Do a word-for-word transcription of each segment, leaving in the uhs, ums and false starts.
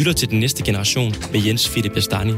lytter til Den Næste Generation med Jens Fitte Bastani.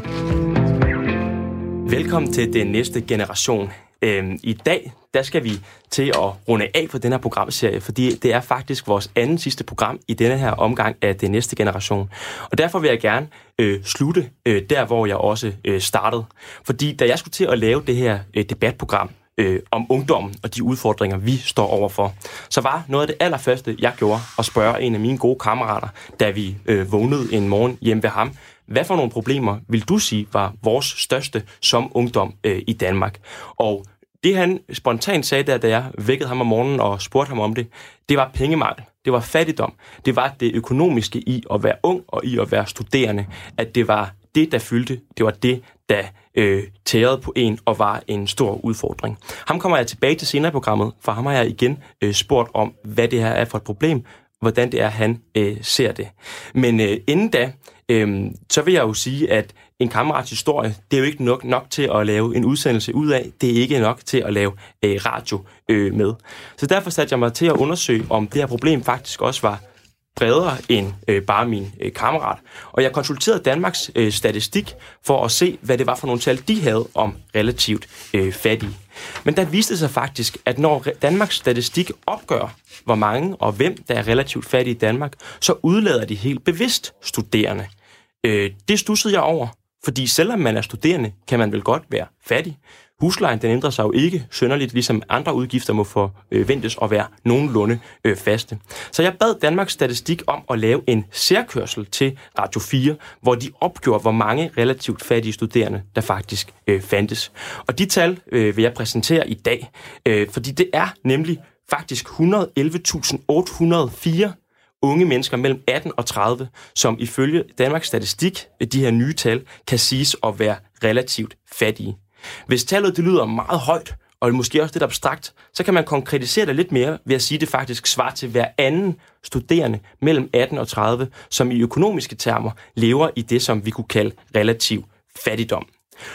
Velkommen til Den Næste Generation. Øhm, I dag der skal vi til at runde af på den her programserie, fordi det er faktisk vores anden sidste program i denne her omgang af Den Næste Generation. Og derfor vil jeg gerne øh, slutte øh, der, hvor jeg også øh, startede. Fordi da jeg skulle til at lave det her øh, debatprogram øh, om ungdommen og de udfordringer, vi står overfor, så var noget af det allerførste, jeg gjorde, at spørge en af mine gode kammerater, da vi øh, vågnede en morgen hjemme ved ham, hvad for nogle problemer vil du sige var vores største som ungdom øh, i Danmark? Og det han spontant sagde der, da jeg vækkede ham om morgenen og spurgte ham om det, det var pengemangel, det var fattigdom, det var det økonomiske i at være ung og i at være studerende, at det var det, der fyldte, det var det, der øh, tærede på en og var en stor udfordring. Ham kommer jeg tilbage til senere i programmet, for ham har jeg igen øh, spurgt om, hvad det her er for et problem, hvordan det er, han øh, ser det. Men øh, inden da, øh, så vil jeg jo sige, at en kammerats historie, det er jo ikke nok, nok til at lave en udsendelse ud af. Det er ikke nok til at lave øh, radio øh, med. Så derfor satte jeg mig til at undersøge, om det her problem faktisk også var bredere end øh, bare min øh, kammerat. Og jeg konsulterede Danmarks øh, Statistik for at se, hvad det var for nogle tal, de havde om relativt øh, fattige. Men der viste sig faktisk, at når Danmarks Statistik opgør, hvor mange og hvem der er relativt fattige i Danmark, så udlader de helt bevidst studerende. Øh, det studsede jeg over, fordi selvom man er studerende, kan man vel godt være fattig. Huslejen, den ændrer sig jo ikke synderligt, ligesom andre udgifter må forventes at være nogenlunde øh, faste. Så jeg bad Danmarks Statistik om at lave en særkørsel til Radio fire, hvor de opgjorde, hvor mange relativt fattige studerende, der faktisk øh, fandtes. Og de tal øh, vil jeg præsentere i dag, øh, fordi det er nemlig faktisk et hundrede og elleve tusind otte hundrede og fire unge mennesker mellem atten og tredive, som ifølge Danmarks Statistik, de her nye tal, kan siges at være relativt fattige. Hvis tallet det lyder meget højt, og måske også lidt abstrakt, så kan man konkretisere det lidt mere ved at sige, at det faktisk svarer til hver anden studerende mellem atten og tredive, som i økonomiske termer lever i det, som vi kunne kalde relativ fattigdom.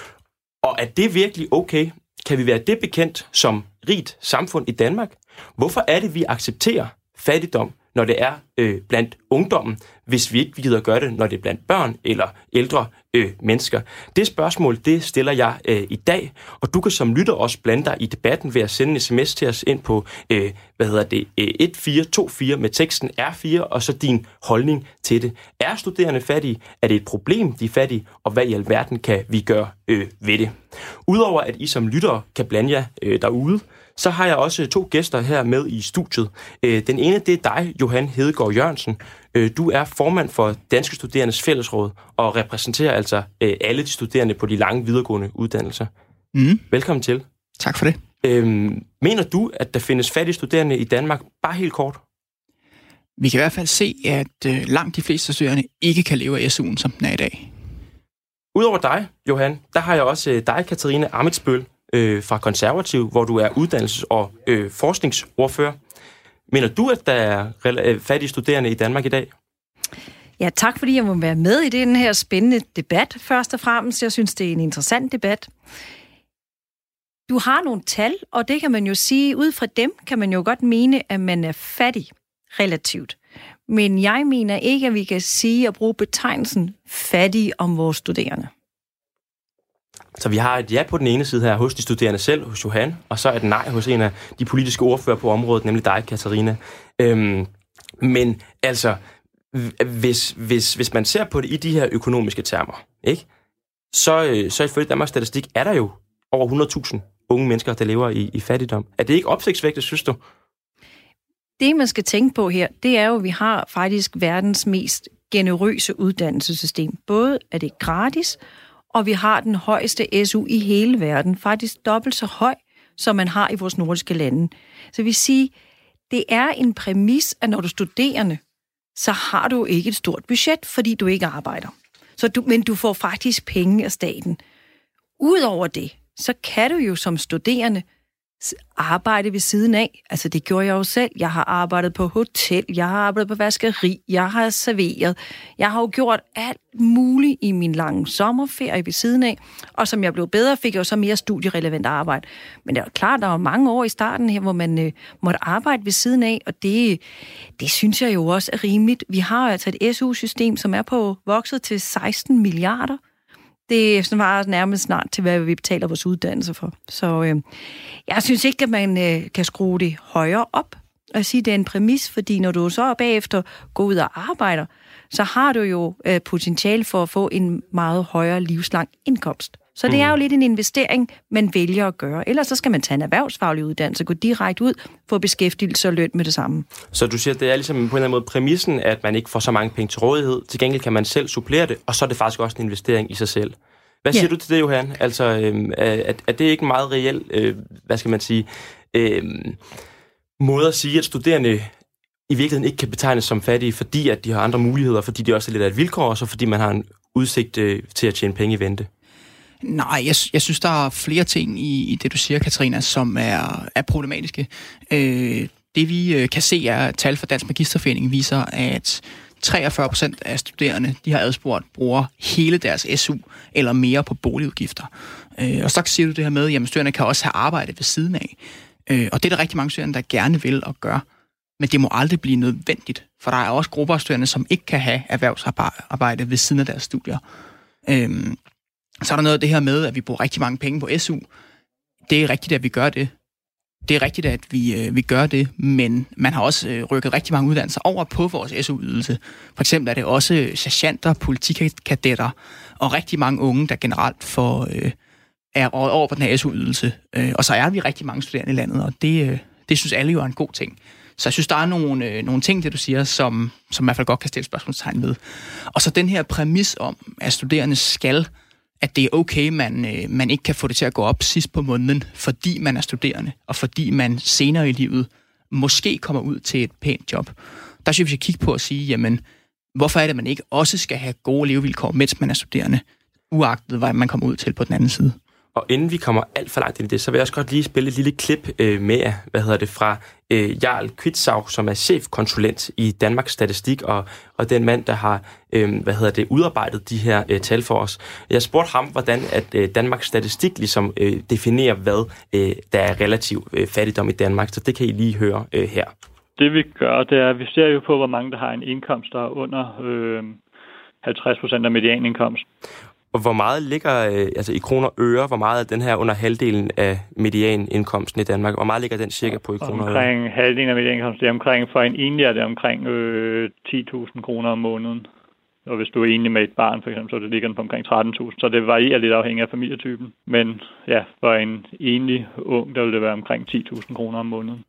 Og er det virkelig okay? Kan vi være det bekendt som rigt samfund i Danmark? Hvorfor er det, vi accepterer fattigdom, når det er øh, blandt ungdommen, hvis vi ikke gider gøre det, når det er blandt børn eller ældre øh, mennesker? Det spørgsmål, det stiller jeg øh, i dag, og du kan som lytter også blande dig i debatten ved at sende en sms til os ind på øh, hvad hedder det, øh, et fire to fire med teksten R fire, og så din holdning til det. Er studerende fattige? Er det et problem, de er fattige? Og hvad i alverden kan vi gøre øh, ved det? Udover at I som lyttere kan blande jer øh, derude, så har jeg også to gæster her med i studiet. Den ene, det er dig, Johan Hedegaard Jørgensen. Du er formand for Danske Studerendes Fællesråd og repræsenterer altså alle de studerende på de lange videregående uddannelser. Mm. Velkommen til. Tak for det. Øhm, mener du, at der findes fattige studerende i Danmark? Bare helt kort. Vi kan i hvert fald se, at øh, langt de fleste studerende ikke kan leve af S U'en, som den er i dag. Udover dig, Johan, der har jeg også øh, dig, Katarina Amitsbøl, øh, fra Konservativ, hvor du er uddannelses- og øh, forskningsordfører. Mener du, at der er øh, fattige studerende i Danmark i dag? Ja, tak fordi jeg må være med i den her spændende debat, først og fremmest. Jeg synes, det er en interessant debat. Du har nogle tal, og det kan man jo sige, ud fra dem kan man jo godt mene, at man er fattig relativt. Men jeg mener ikke, at vi kan sige og bruge betegnelsen fattig om vores studerende. Så vi har et ja på den ene side her hos de studerende selv, hos Johan, og så et nej hos en af de politiske ordfører på området, nemlig dig, Katarina. Øhm, men altså, hvis, hvis, hvis man ser på det i de her økonomiske termer, ikke? Så, så ifølge Danmarks Statistik er der jo over hundrede tusind unge mennesker, der lever i, i fattigdom. Er det ikke opsigtsvækkende, synes du? Det, man skal tænke på her, det er jo, at vi har faktisk verdens mest generøse uddannelsessystem. Både er det gratis, og vi har den højeste S U i hele verden. Faktisk dobbelt så høj, som man har i vores nordiske lande. Så vi siger, det er en præmis, at når du er studerende, så har du ikke et stort budget, fordi du ikke arbejder. Så du, men du får faktisk penge af staten. Udover det, så kan du jo som studerende arbejde ved siden af. Altså, det gjorde jeg jo selv. Jeg har arbejdet på hotel, jeg har arbejdet på vaskeri, jeg har serveret. Jeg har jo gjort alt muligt i min lange sommerferie ved siden af, og som jeg blev bedre, fik jeg jo så mere studierelevant arbejde. Men det er jo klart, der var mange år i starten her, hvor man øh, måtte arbejde ved siden af, og det, det synes jeg jo også er rimeligt. Vi har altså et S U-system, som er på vokset til seksten milliarder. Det svarer nærmest snart til, hvad vi betaler vores uddannelse for. Så øh, jeg synes ikke, at man øh, kan skrue det højere op og sige, at det er en præmis, fordi når du så bagefter går ud og arbejder, så har du jo øh, potentiale for at få en meget højere livslang indkomst. Så det er jo lidt en investering, man vælger at gøre. Ellers så skal man tage en erhvervsfaglig uddannelse, gå direkte ud, få beskæftigelse og løn med det samme. Så du siger, at det er ligesom på en eller anden måde præmissen, at man ikke får så mange penge til rådighed. Til gengæld kan man selv supplere det, og så er det faktisk også en investering i sig selv. Hvad siger ja. du til det, Johan? Altså, øh, er, er det ikke en meget reel, øh, hvad skal man sige, øh, måde at sige, at studerende i virkeligheden ikke kan betegnes som fattige, fordi at de har andre muligheder, fordi de også er lidt af et vilkår, og så fordi man har en udsigt øh, til at tjene penge i vente? Nej, jeg, jeg synes, der er flere ting i, i det, du siger, Katrina, som er, er problematiske. Øh, det vi øh, kan se, er, at tal fra Dansk Magisterforening viser, at treogfyrre procent af studerende, de har adspurgt, bruger hele deres S U eller mere på boligudgifter. Øh, og så siger du det her med, at studerende kan også have arbejde ved siden af. Øh, og det er der rigtig mange studerende, der gerne vil og gør. Men det må aldrig blive nødvendigt, for der er også grupper af studerende, som ikke kan have erhvervsarbejde ved siden af deres studier. Øh, Så er der noget af det her med, at vi bruger rigtig mange penge på S U. Det er rigtigt, at vi gør det. Det er rigtigt, at vi, øh, vi gør det, men man har også øh, rykket rigtig mange uddannelser over på vores S U-ydelse. For eksempel er det også sergeanter, politikadetter og rigtig mange unge, der generelt får, øh, er over på den her S U-ydelse. Øh, og så er vi rigtig mange studerende i landet, og det, øh, det synes alle jo er en god ting. Så jeg synes, der er nogle, øh, nogle ting, det du siger, som, som i hvert fald godt kan stille spørgsmålstegn ved. Og så den her præmis om, at studerende skal, at det er okay, man, øh, man ikke kan få det til at gå op sidst på måneden, fordi man er studerende, og fordi man senere i livet måske kommer ud til et pænt job. Der synes jeg, vi skal kigge på at sige, jamen, hvorfor er det, at man ikke også skal have gode levevilkår, mens man er studerende, uagtet hvad man kommer ud til på den anden side. Og inden vi kommer alt for langt ind i det, så vil jeg også godt lige spille et lille klip øh, med, hvad hedder det, fra øh, Jarl Kvitsau, som er chefkonsulent i Danmarks Statistik, og, og den mand, der har øh, hvad hedder det, udarbejdet de her øh, tal for os. Jeg spurgte ham, hvordan at øh, Danmarks Statistik ligesom øh, definerer, hvad øh, der er relativ øh, fattigdom i Danmark, så det kan I lige høre øh, her. Det vi gør, det er, at vi ser jo på, hvor mange der har en indkomst, der er under øh, halvtreds procent af medianindkomst. Og hvor meget ligger, øh, altså i kroner og øre, hvor meget er den her under halvdelen af medianindkomsten i Danmark? Hvor meget ligger den cirka på i kroner og øre? Omkring halvdelen af medianindkomsten, det er omkring, for en enlig er det omkring øh, ti tusind kroner om måneden. Og hvis du er enlig med et barn, for eksempel, så det ligger den på omkring tretten tusind. Så det varierer lidt afhængig af familietypen. Men ja, for en enlig ung, der vil det være omkring ti tusind kroner om måneden.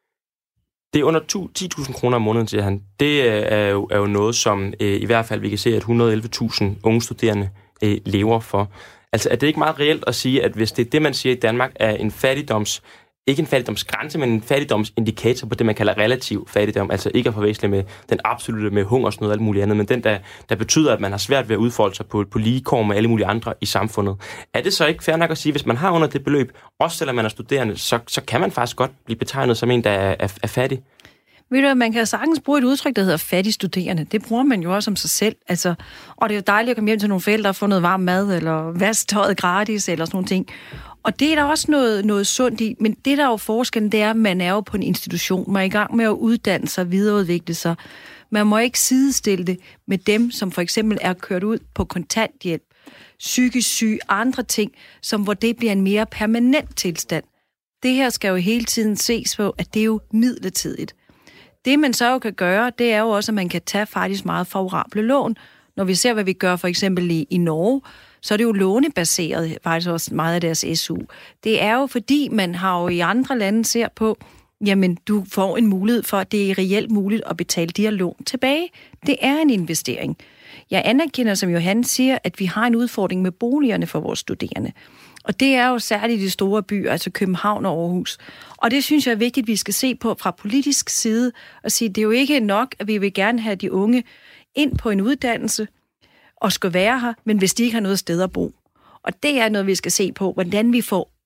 Det er under ti tusind kroner om måneden, siger han. Det er jo, er jo noget, som øh, i hvert fald vi kan se, at et hundrede og elleve tusind unge studerende øh, lever for. Altså er det ikke meget reelt at sige, at hvis det er det, man siger i Danmark, er en fattigdoms, ikke en fattigdomsgrænse, men en fattigdomsindikator på det, man kalder relativ fattigdom, altså ikke at forveksle med den absolutte med hungersnød og alt muligt andet, men den, der, der betyder, at man har svært ved at udfolde sig på, på lige kår med alle mulige andre i samfundet. Er det så ikke fair nok at sige, hvis man har under det beløb, også selvom man er studerende, så, så kan man faktisk godt blive betegnet som en, der er, er, er fattig? Ved du, man kan sagtens bruge et udtryk, der hedder fattig studerende. Det bruger man jo også om sig selv. Altså, og det er jo dejligt at komme hjem til nogle forældre og få noget varm mad, eller vasktøjet gratis, eller sådan nogle ting. Og det er der også noget, noget sundt i. Men det, der er jo forskellen, det er, at man er jo på en institution. Man er i gang med at uddanne sig, videreudvikle sig. Man må ikke sidestille det med dem, som for eksempel er kørt ud på kontanthjælp, psykisk syg, andre ting, som hvor det bliver en mere permanent tilstand. Det her skal jo hele tiden ses på, at det er jo midlertidigt. Det, man så jo kan gøre, det er jo også, at man kan tage faktisk meget favorable lån. Når vi ser, hvad vi gør for eksempel i, i Norge, så er det jo lånebaseret faktisk også meget af deres S U. Det er jo fordi, man har jo i andre lande ser på, jamen du får en mulighed for, at det er reelt muligt at betale de her lån tilbage. Det er en investering. Jeg anerkender, som Johan siger, at vi har en udfordring med boligerne for vores studerende. Og det er jo særligt de store byer, altså København og Aarhus. Og det synes jeg er vigtigt, at vi skal se på fra politisk side og sige, at det er jo ikke nok, at vi vil gerne have de unge ind på en uddannelse og skal være her, men hvis de ikke har noget sted at bo. Og det er noget, vi skal se på, hvordan vi får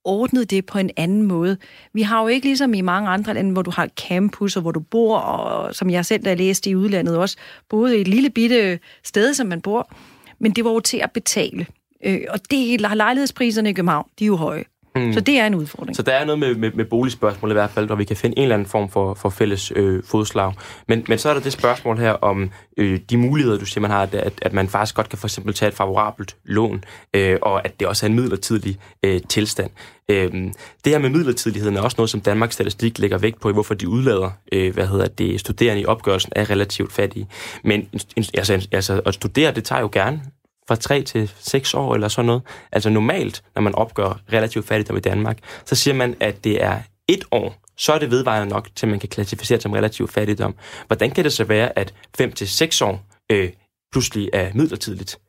ordnet det på en anden måde. Vi har jo ikke ligesom i mange andre lande, hvor du har campus, og hvor du bor, og som jeg selv, der læste i udlandet også, boede i et lille bitte sted, som man bor. Men det var jo til at betale. Øh, og det lejlighedspriserne i København, de er jo høje. Mm. Så det er en udfordring. Så der er noget med, med, med boligspørgsmål i hvert fald, hvor vi kan finde en eller anden form for, for fælles øh, fodslag. Men, men så er der det spørgsmål her om øh, de muligheder, du siger, man har, at, at man faktisk godt kan for eksempel tage et favorabelt lån, øh, og at det også er en midlertidig øh, tilstand. Øh, det her med midlertidigheden er også noget, som Danmarks Statistik lægger vægt på, hvorfor de udlader øh, hvad hedder det, studerende i opgørelsen er relativt fattige. Men altså, altså, at studere, det tager jo gerne fra tre til seks år eller sådan noget. Altså normalt, når man opgør relativt fattigdom i Danmark, så siger man, at det er et år, så er det vedvarende nok, til man kan klassificere det som relativt fattigdom. Hvordan kan det så være, at fem til seks år øh, pludselig er midlertidigt?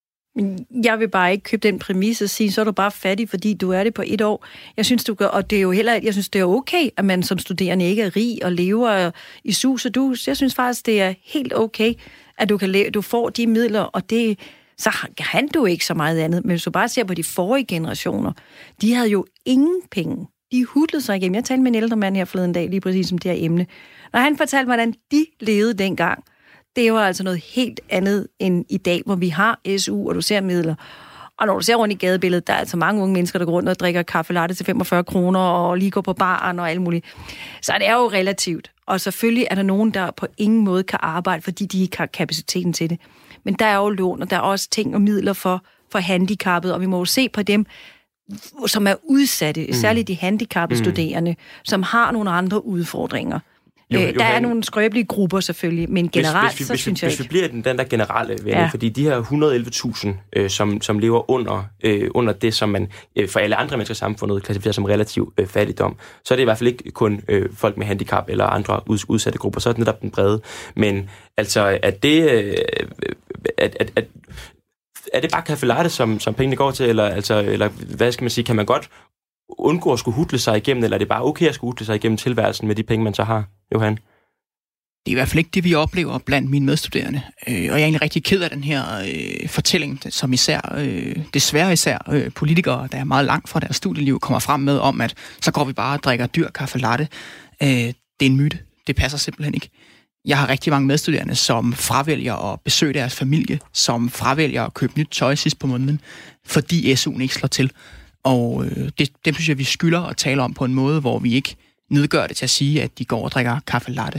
Jeg vil bare ikke købe den præmis og sige, så er du bare fattig, fordi du er det på et år. Jeg synes, du gør, og det er jo heller, jeg synes, det er okay, at man som studerende ikke er rig og lever i sus og dus. Jeg synes faktisk, det er helt okay, at du kan leve, du får de midler, og det så kan du ikke så meget andet. Men hvis du bare ser på de forrige generationer, de havde jo ingen penge. De hudlede sig igennem. Jeg talte med en ældre mand her forleden dag, lige præcis som det her emne. Når han fortalte, hvordan de levede dengang, det var altså noget helt andet end i dag, hvor vi har S U, og du ser midler. Og når du ser rundt i gadebilledet, der er altså mange unge mennesker, der går rundt og drikker kaffe latte til femogfyrre kroner, og lige går på baren og alt muligt. Så det er jo relativt. Og selvfølgelig er der nogen, der på ingen måde kan arbejde, fordi de ikke har kapaciteten til det. Men der er jo lån, og der er også ting og midler for, for handicappede, og vi må jo se på dem, som er udsatte, mm. særligt de handicappede mm. studerende, som har nogle andre udfordringer. Jo, jo, der er han, nogle skrøbelige grupper selvfølgelig, men generelt, hvis, hvis vi, så hvis synes vi, jeg Hvis vi bliver den, den der generelle venner, ja. Fordi de her et hundrede og elleve tusind, øh, som, som lever under, øh, under det, som man øh, for alle andre mennesker i samfundet klassificerer som relativ øh, fattigdom, så er det i hvert fald ikke kun øh, folk med handicap eller andre ud, udsatte grupper, så er det netop den brede. Men altså, at det... Øh, at, at, at, er det bare café latte, som, som pengene går til, eller, altså, eller hvad skal man sige, kan man godt undgå at skulle hudle sig igennem, eller er det bare okay at skulle hudle sig igennem tilværelsen med de penge, man så har, Johan? Det er i hvert fald ikke det, vi oplever blandt mine medstuderende. Øh, og jeg er egentlig rigtig ked af den her øh, fortælling, som især, øh, desværre især øh, politikere, der er meget langt fra deres studieliv, kommer frem med om, at så går vi bare og drikker dyr kaffe latte. Øh, det er en myte. Det passer simpelthen ikke. Jeg har rigtig mange medstuderende, som fravælger at besøge deres familie, som fravælger at købe nyt tøj sidst på måneden, fordi S U'en ikke slår til. Og øh, det, det synes jeg, vi skylder at tale om på en måde, hvor vi ikke nedgør det til at sige, at de går og drikker kaffe latte.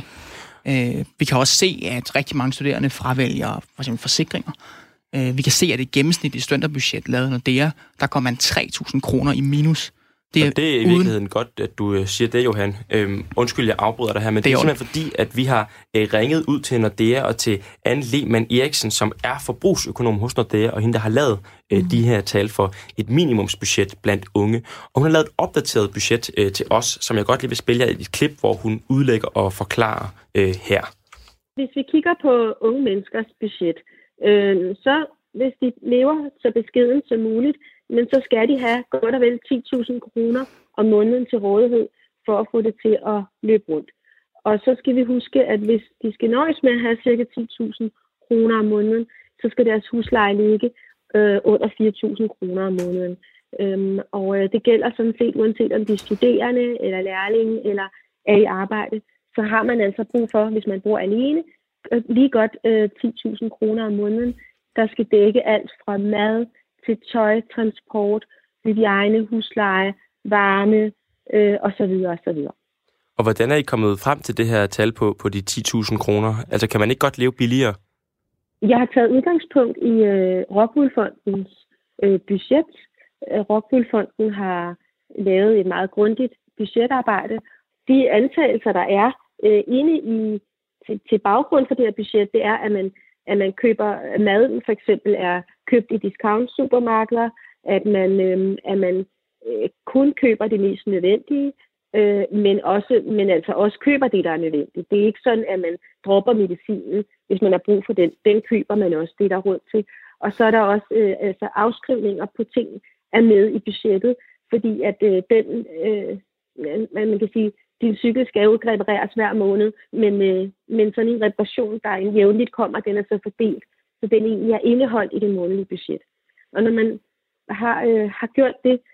Øh, vi kan også se, at rigtig mange studerende fravælger for eksempel forsikringer. Øh, vi kan se, at det gennemsnitlige studenterbudget lavet Nordea, der kommer man tre tusind kroner i minus. Det er, det er i virkeligheden godt, at du siger det, Johan. Øhm, undskyld, jeg afbryder dig her, men det, det er simpelthen fordi, at vi har øh, ringet ud til Nordea og til Anne Lehmann Eriksen, som er forbrugsøkonom hos Nordea, og hende, der har lavet øh, mm. de her tal for et minimumsbudget blandt unge. Og hun har lavet et opdateret budget øh, til os, som jeg godt lige vil spille jer i et klip, hvor hun udlægger og forklarer øh, her. Hvis vi kigger på unge menneskers budget, øh, så hvis de lever så beskeden som muligt, men så skal de have godt og vel ti tusind kroner om måneden til rådighed for at få det til at løbe rundt. Og så skal vi huske, at hvis de skal nøjes med at have cirka ti tusind kroner om måneden, så skal deres husleje ligge øh, under fire tusind kroner om måneden. Øhm, og øh, det gælder sådan set, uanset om de er studerende eller lærlinge eller er i arbejde, så har man altså brug for, hvis man bor alene, lige godt øh, ti tusind kroner om måneden, der skal dække alt fra mad til tøj, transport, hygiejne, husleje, varme øh, osv. osv. Og hvordan er I kommet frem til det her tal på, på de ti tusind kroner? Altså, kan man ikke godt leve billigere? Jeg har taget udgangspunkt i øh, Rockwool Fondens øh, budget. Rockwool Fonden har lavet et meget grundigt budgetarbejde. De antagelser, der er øh, inde i til, til baggrund for det her budget, det er, at man at man køber maden for eksempel er købt i discount-supermarkeder, at man, øh, at man øh, kun køber det mest nødvendige, øh, men, også, men altså også køber det, der er nødvendigt. Det er ikke sådan, at man dropper medicinen, hvis man har brug for den. Den køber man også, det der er råd til. Og så er der også øh, altså afskrivninger på ting, er med i budgettet, fordi at øh, den, øh, man, man kan sige, din cykel skal jo ikke repareres hver måned, men, øh, men sådan en reparation, der en jævnligt kommer, den er så fordelt, så den egentlig er indeholdt i det månedlige budget. Og når man har, øh, har gjort det,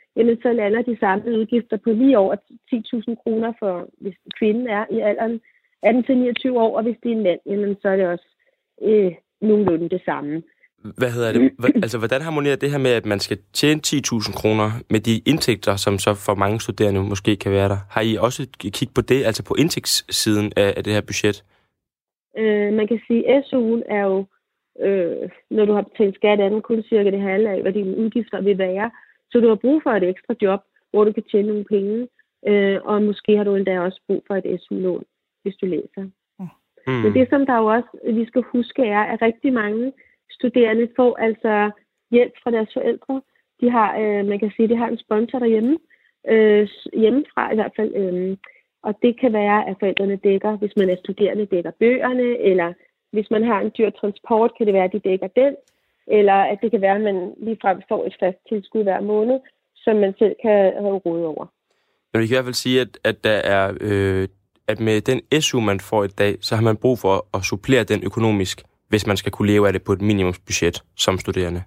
jamen så lander de samlede udgifter på lige over ti tusind kroner, for hvis kvinden er i alderen atten til niogtyve år, og hvis det er en mand, jamen så er det også øh, nogenlunde det samme. Hvad hedder det? Altså, hvordan harmonerer det her med, at man skal tjene ti tusind kroner med de indtægter, som så for mange studerende måske kan være der? Har I også kigget på det, altså på indtægtssiden af, af det her budget? Øh, man kan sige, at S U'en er jo, øh, når du har betalt skat af den, kun cirka det halve af, hvad dine udgifter vil være. Så du har brug for et ekstra job, hvor du kan tjene nogle penge, øh, og måske har du endda også brug for et S U-lån, hvis du læser. Mm. Men det, som der jo også, vi skal huske, er, at rigtig mange studerende får altså hjælp fra deres forældre. De har, øh, man kan sige, de har en sponsor derhjemme, øh, hjemmefra i hvert fald. Øh, og det kan være, at forældrene dækker, hvis man er studerende, dækker bøgerne, eller hvis man har en dyr transport, kan det være, at de dækker den, eller at det kan være, at man ligefrem får et fast tilskud hver måned, som man selv kan have råd over. Men jeg kan i hvert fald sige, at, at der er, øh, at med den S U, man får i dag, så har man brug for at supplere den økonomisk, hvis man skal kunne leve af det på et minimumsbudget som studerende.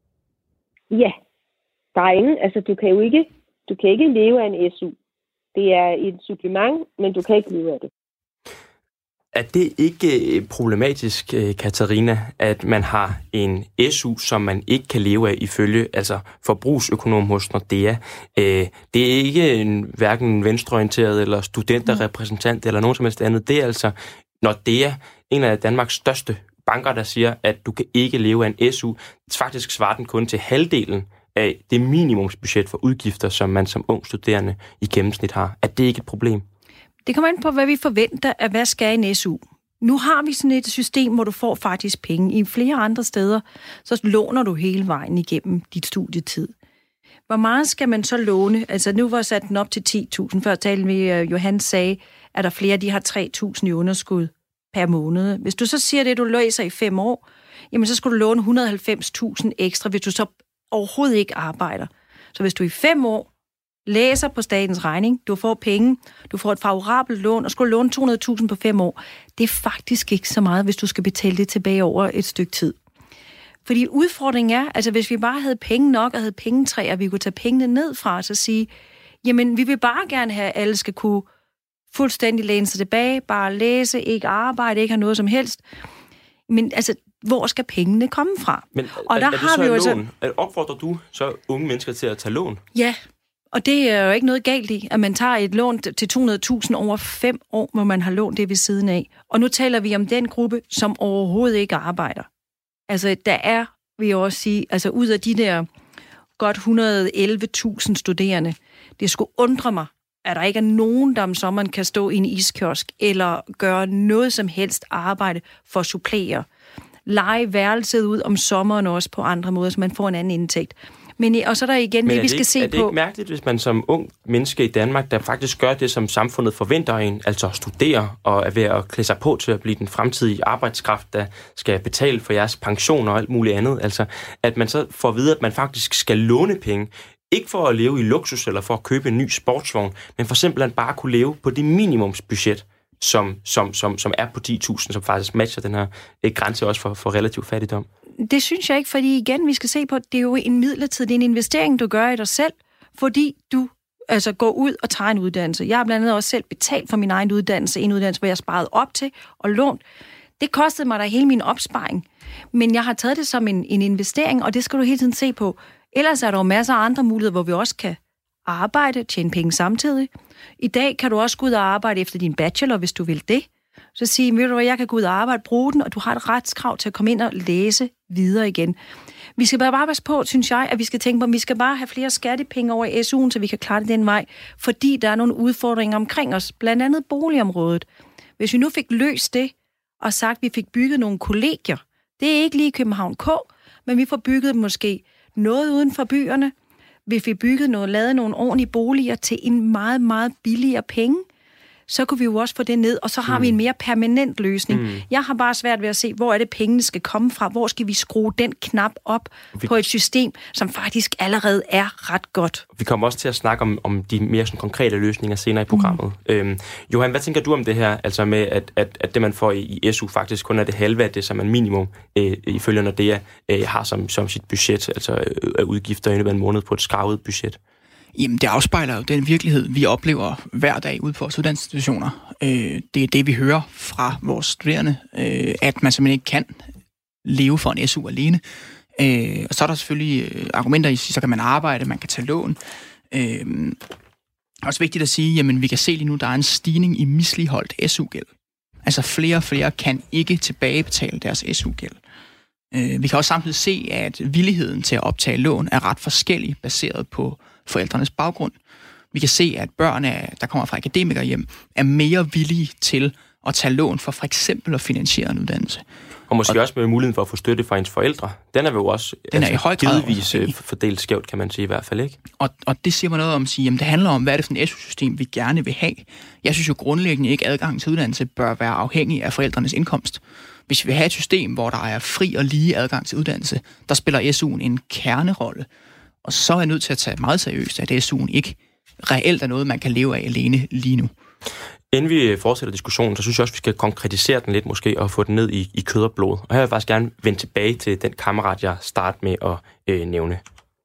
Ja, der er ingen, altså du kan jo ikke, du kan ikke leve af en S U. Det er et supplement, men du kan ikke leve af det. Er det ikke problematisk, Katarina, at man har en S U, som man ikke kan leve af ifølge altså forbrugsøkonom hos Nordea? Det er ikke en, hverken venstreorienteret eller studenterrepræsentant eller nogen som helst andet. Det er altså Nordea, en af Danmarks største banker, der siger, at du kan ikke leve af en S U. Faktisk svarer den kun til halvdelen af det minimumsbudget for udgifter, som man som ung studerende i gennemsnit har. Er det ikke et problem? Det kommer ind på, hvad vi forventer af, hvad skal en S U. Nu har vi sådan et system, hvor du får faktisk penge. I flere andre steder, så låner du hele vejen igennem dit studietid. Hvor meget skal man så låne? Altså nu var sat den op til ti tusind. Før talte vi, Johan sagde, at der flere, de har tre tusind i underskud per måned. Hvis du så siger det, du læser i fem år, jamen så skal du låne et hundrede og halvfems tusind ekstra, hvis du så overhovedet ikke arbejder. Så hvis du i fem år læser på statens regning, du får penge, du får et favorabelt lån, og skulle låne to hundrede tusind på fem år, det er faktisk ikke så meget, hvis du skal betale det tilbage over et stykke tid. Fordi udfordringen er, altså hvis vi bare havde penge nok, og havde pengetræer, vi kunne tage pengene ned fra os og sige, jamen vi vil bare gerne have, at alle skal kunne fuldstændig læne sig tilbage, bare læse, ikke arbejde, ikke have noget som helst. Men altså, hvor skal pengene komme fra? Men og er, der er det har så vi jo lån? Altså... Opfordrer du så unge mennesker til at tage lån? Ja, og det er jo ikke noget galt i, at man tager et lån til to hundrede tusind over fem år, hvor man har lånt det ved siden af. Og nu taler vi om den gruppe, som overhovedet ikke arbejder. Altså, der er, vil jeg også sige, altså ud af de der godt et hundrede og elleve tusind studerende, det skulle undre mig, at der ikke er nogen, der om sommeren kan stå i en iskiosk eller gøre noget som helst arbejde for at supplere. Lege værelset ud om sommeren også på andre måder, så man får en anden indtægt. Men, og så er der igen Men det, vi skal ikke, se på... er det ikke mærkeligt, hvis man som ung menneske i Danmark, der faktisk gør det, som samfundet forventer en, altså at studere og er ved at klæde sig på til at blive den fremtidige arbejdskraft, der skal betale for jeres pension og alt muligt andet, altså at man så får at vide, at man faktisk skal låne penge, ikke for at leve i luksus eller for at købe en ny sportsvogn, men for simpelthen bare at kunne leve på det minimumsbudget, som, som, som, som er på ti tusind, som faktisk matcher den her eh, grænse også for, for relativ fattigdom. Det synes jeg ikke, fordi igen, vi skal se på, at det er jo en midlertidig, det er en investering, du gør i dig selv, fordi du altså går ud og tager en uddannelse. Jeg har blandt andet også selv betalt for min egen uddannelse, en uddannelse, hvor jeg sparede op til og lånt. Det kostede mig da hele min opsparing, men jeg har taget det som en, en investering, og det skal du hele tiden se på. Ellers er der jo masser af andre muligheder, hvor vi også kan arbejde, tjene penge samtidig. I dag kan du også gå ud og arbejde efter din bachelor, hvis du vil det. Så sige, ved du hvad, jeg kan gå ud og arbejde, bruge den, og du har et retskrav til at komme ind og læse videre igen. Vi skal bare passe på, synes jeg, at vi skal tænke på, at vi skal bare have flere skattepenge over i S U'en, så vi kan klare det den vej, fordi der er nogle udfordringer omkring os, blandt andet boligområdet. Hvis vi nu fik løst det, og sagt, at vi fik bygget nogle kollegier, det er ikke lige København K, men vi får bygget måske noget uden for byerne. Vi fik bygget noget, lavet nogle ordentlige boliger til en meget, meget billigere penge, så kunne vi jo også få det ned, og så har mm. vi en mere permanent løsning. Mm. Jeg har bare svært ved at se, hvor er det pengene skal komme fra, hvor skal vi skrue den knap op vi... på et system, som faktisk allerede er ret godt. Vi kommer også til at snakke om, om de mere sådan, konkrete løsninger senere i programmet. Mm. Øhm, Johan, hvad tænker du om det her, altså med, at, at, at det man får i, i S U faktisk kun er det halve af det, som man minimum øh, ifølge Nordea øh, har som, som sit budget, altså øh, udgifter i løbet af en måned på et skravet budget? Jamen, det afspejler jo den virkelighed, vi oplever hver dag ude på vores uddannelsesinstitutioner. Øh, det er det, vi hører fra vores studerende, øh, at man simpelthen ikke kan leve for en S U alene. Øh, og så er der selvfølgelig øh, argumenter i, så kan man arbejde, man kan tage lån. Øh, også vigtigt at sige, jamen vi kan se lige nu, der er en stigning i misligholdt S U-gæld. Altså flere og flere kan ikke tilbagebetale deres S U-gæld. Øh, vi kan også samtidig se, at villigheden til at optage lån er ret forskellig, baseret på forældrenes baggrund. Vi kan se, at børn, der kommer fra akademikerhjem, er mere villige til at tage lån for for eksempel at finansiere en uddannelse. Og måske og, også med muligheden for at få støtte fra ens forældre. Den er jo også den altså, er i høj grad givetvis fordelt skævt, kan man sige i hvert fald, ikke? Og, og det siger man noget om at sige, jamen det handler om, hvad er det for et S U-system, vi gerne vil have. Jeg synes jo grundlæggende ikke, at adgang til uddannelse bør være afhængig af forældrenes indkomst. Hvis vi vil have et system, hvor der er fri og lige adgang til uddannelse, der spiller S U'en en kernerolle. Og så er jeg nødt til at tage meget seriøst, at S U'en ikke reelt er noget, man kan leve af alene lige nu. Inden vi fortsætter diskussionen, så synes jeg også, vi skal konkretisere den lidt måske, og få den ned i, i kød og blod. Og her vil jeg faktisk gerne vende tilbage til den kammerat, jeg startede med at øh, nævne.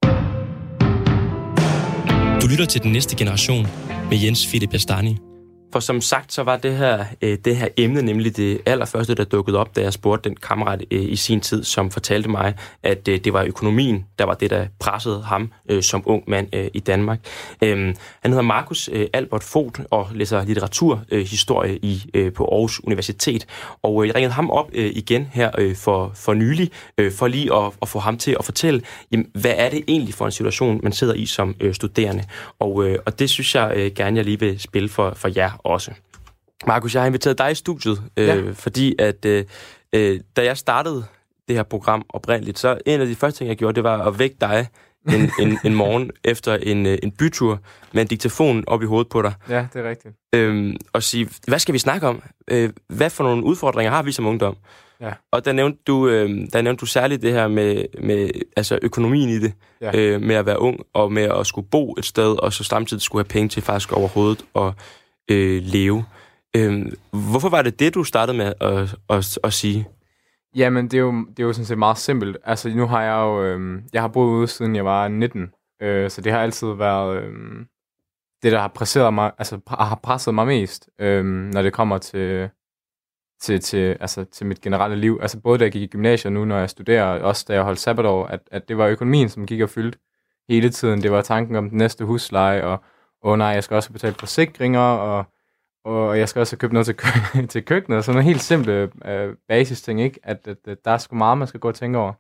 Du lytter til Den Næste Generation med Jens Philip Bastani. For som sagt, så var det her, øh, det her emne nemlig det allerførste, der dukkede op, da jeg spurgte den kammerat øh, i sin tid, som fortalte mig, at øh, det var økonomien, der var det, der pressede ham øh, som ung mand øh, i Danmark. Øh, han hedder Markus øh, Albert Vogt og læser litteraturhistorie øh, i øh, på Aarhus Universitet. Og øh, jeg ringede ham op øh, igen her øh, for, for nylig, øh, for lige at, at få ham til at fortælle, jamen, hvad er det egentlig for en situation, man sidder i som øh, studerende. Og, øh, og det synes jeg øh, gerne, jeg lige vil spille for, for jer også. Markus, jeg har inviteret dig i studiet, øh, ja. fordi at øh, øh, da jeg startede det her program oprindeligt, så en af de første ting, jeg gjorde, det var at vække dig en, en, en morgen efter en, en bytur med en diktafon op i hovedet på dig. Ja, det er rigtigt. Øh, og sige, hvad skal vi snakke om? Øh, hvad for nogle udfordringer har vi som ungdom? Ja. Og der nævnte du, øh, der nævnte du særligt det her med, med altså økonomien i det, ja. øh, med at være ung og med at skulle bo et sted, og så samtidig skulle have penge til faktisk overhovedet og øh, leve. Øh, hvorfor var det det, du startede med at, at, at sige? Jamen, det er, jo, det er jo sådan set meget simpelt. Altså, nu har jeg jo... Øh, jeg har boet ude, siden jeg var nitten, øh, så det har altid været øh, det, der har presseret mig, altså har presset mig mest, øh, når det kommer til, til, til, altså, til mit generelle liv. Altså, både da jeg gik i gymnasiet nu, når jeg studerer, også da jeg holdt sabbatår, at, at det var økonomien, som gik og fyldte hele tiden. Det var tanken om den næste husleje, og åh oh, nej, jeg skal også betale forsikringer, og Og jeg skal også have købt noget til, kø- til køkkenet. Sådan nogle helt simple øh, basisting, ikke? At, at, at der er sgu meget, man skal gå og tænke over.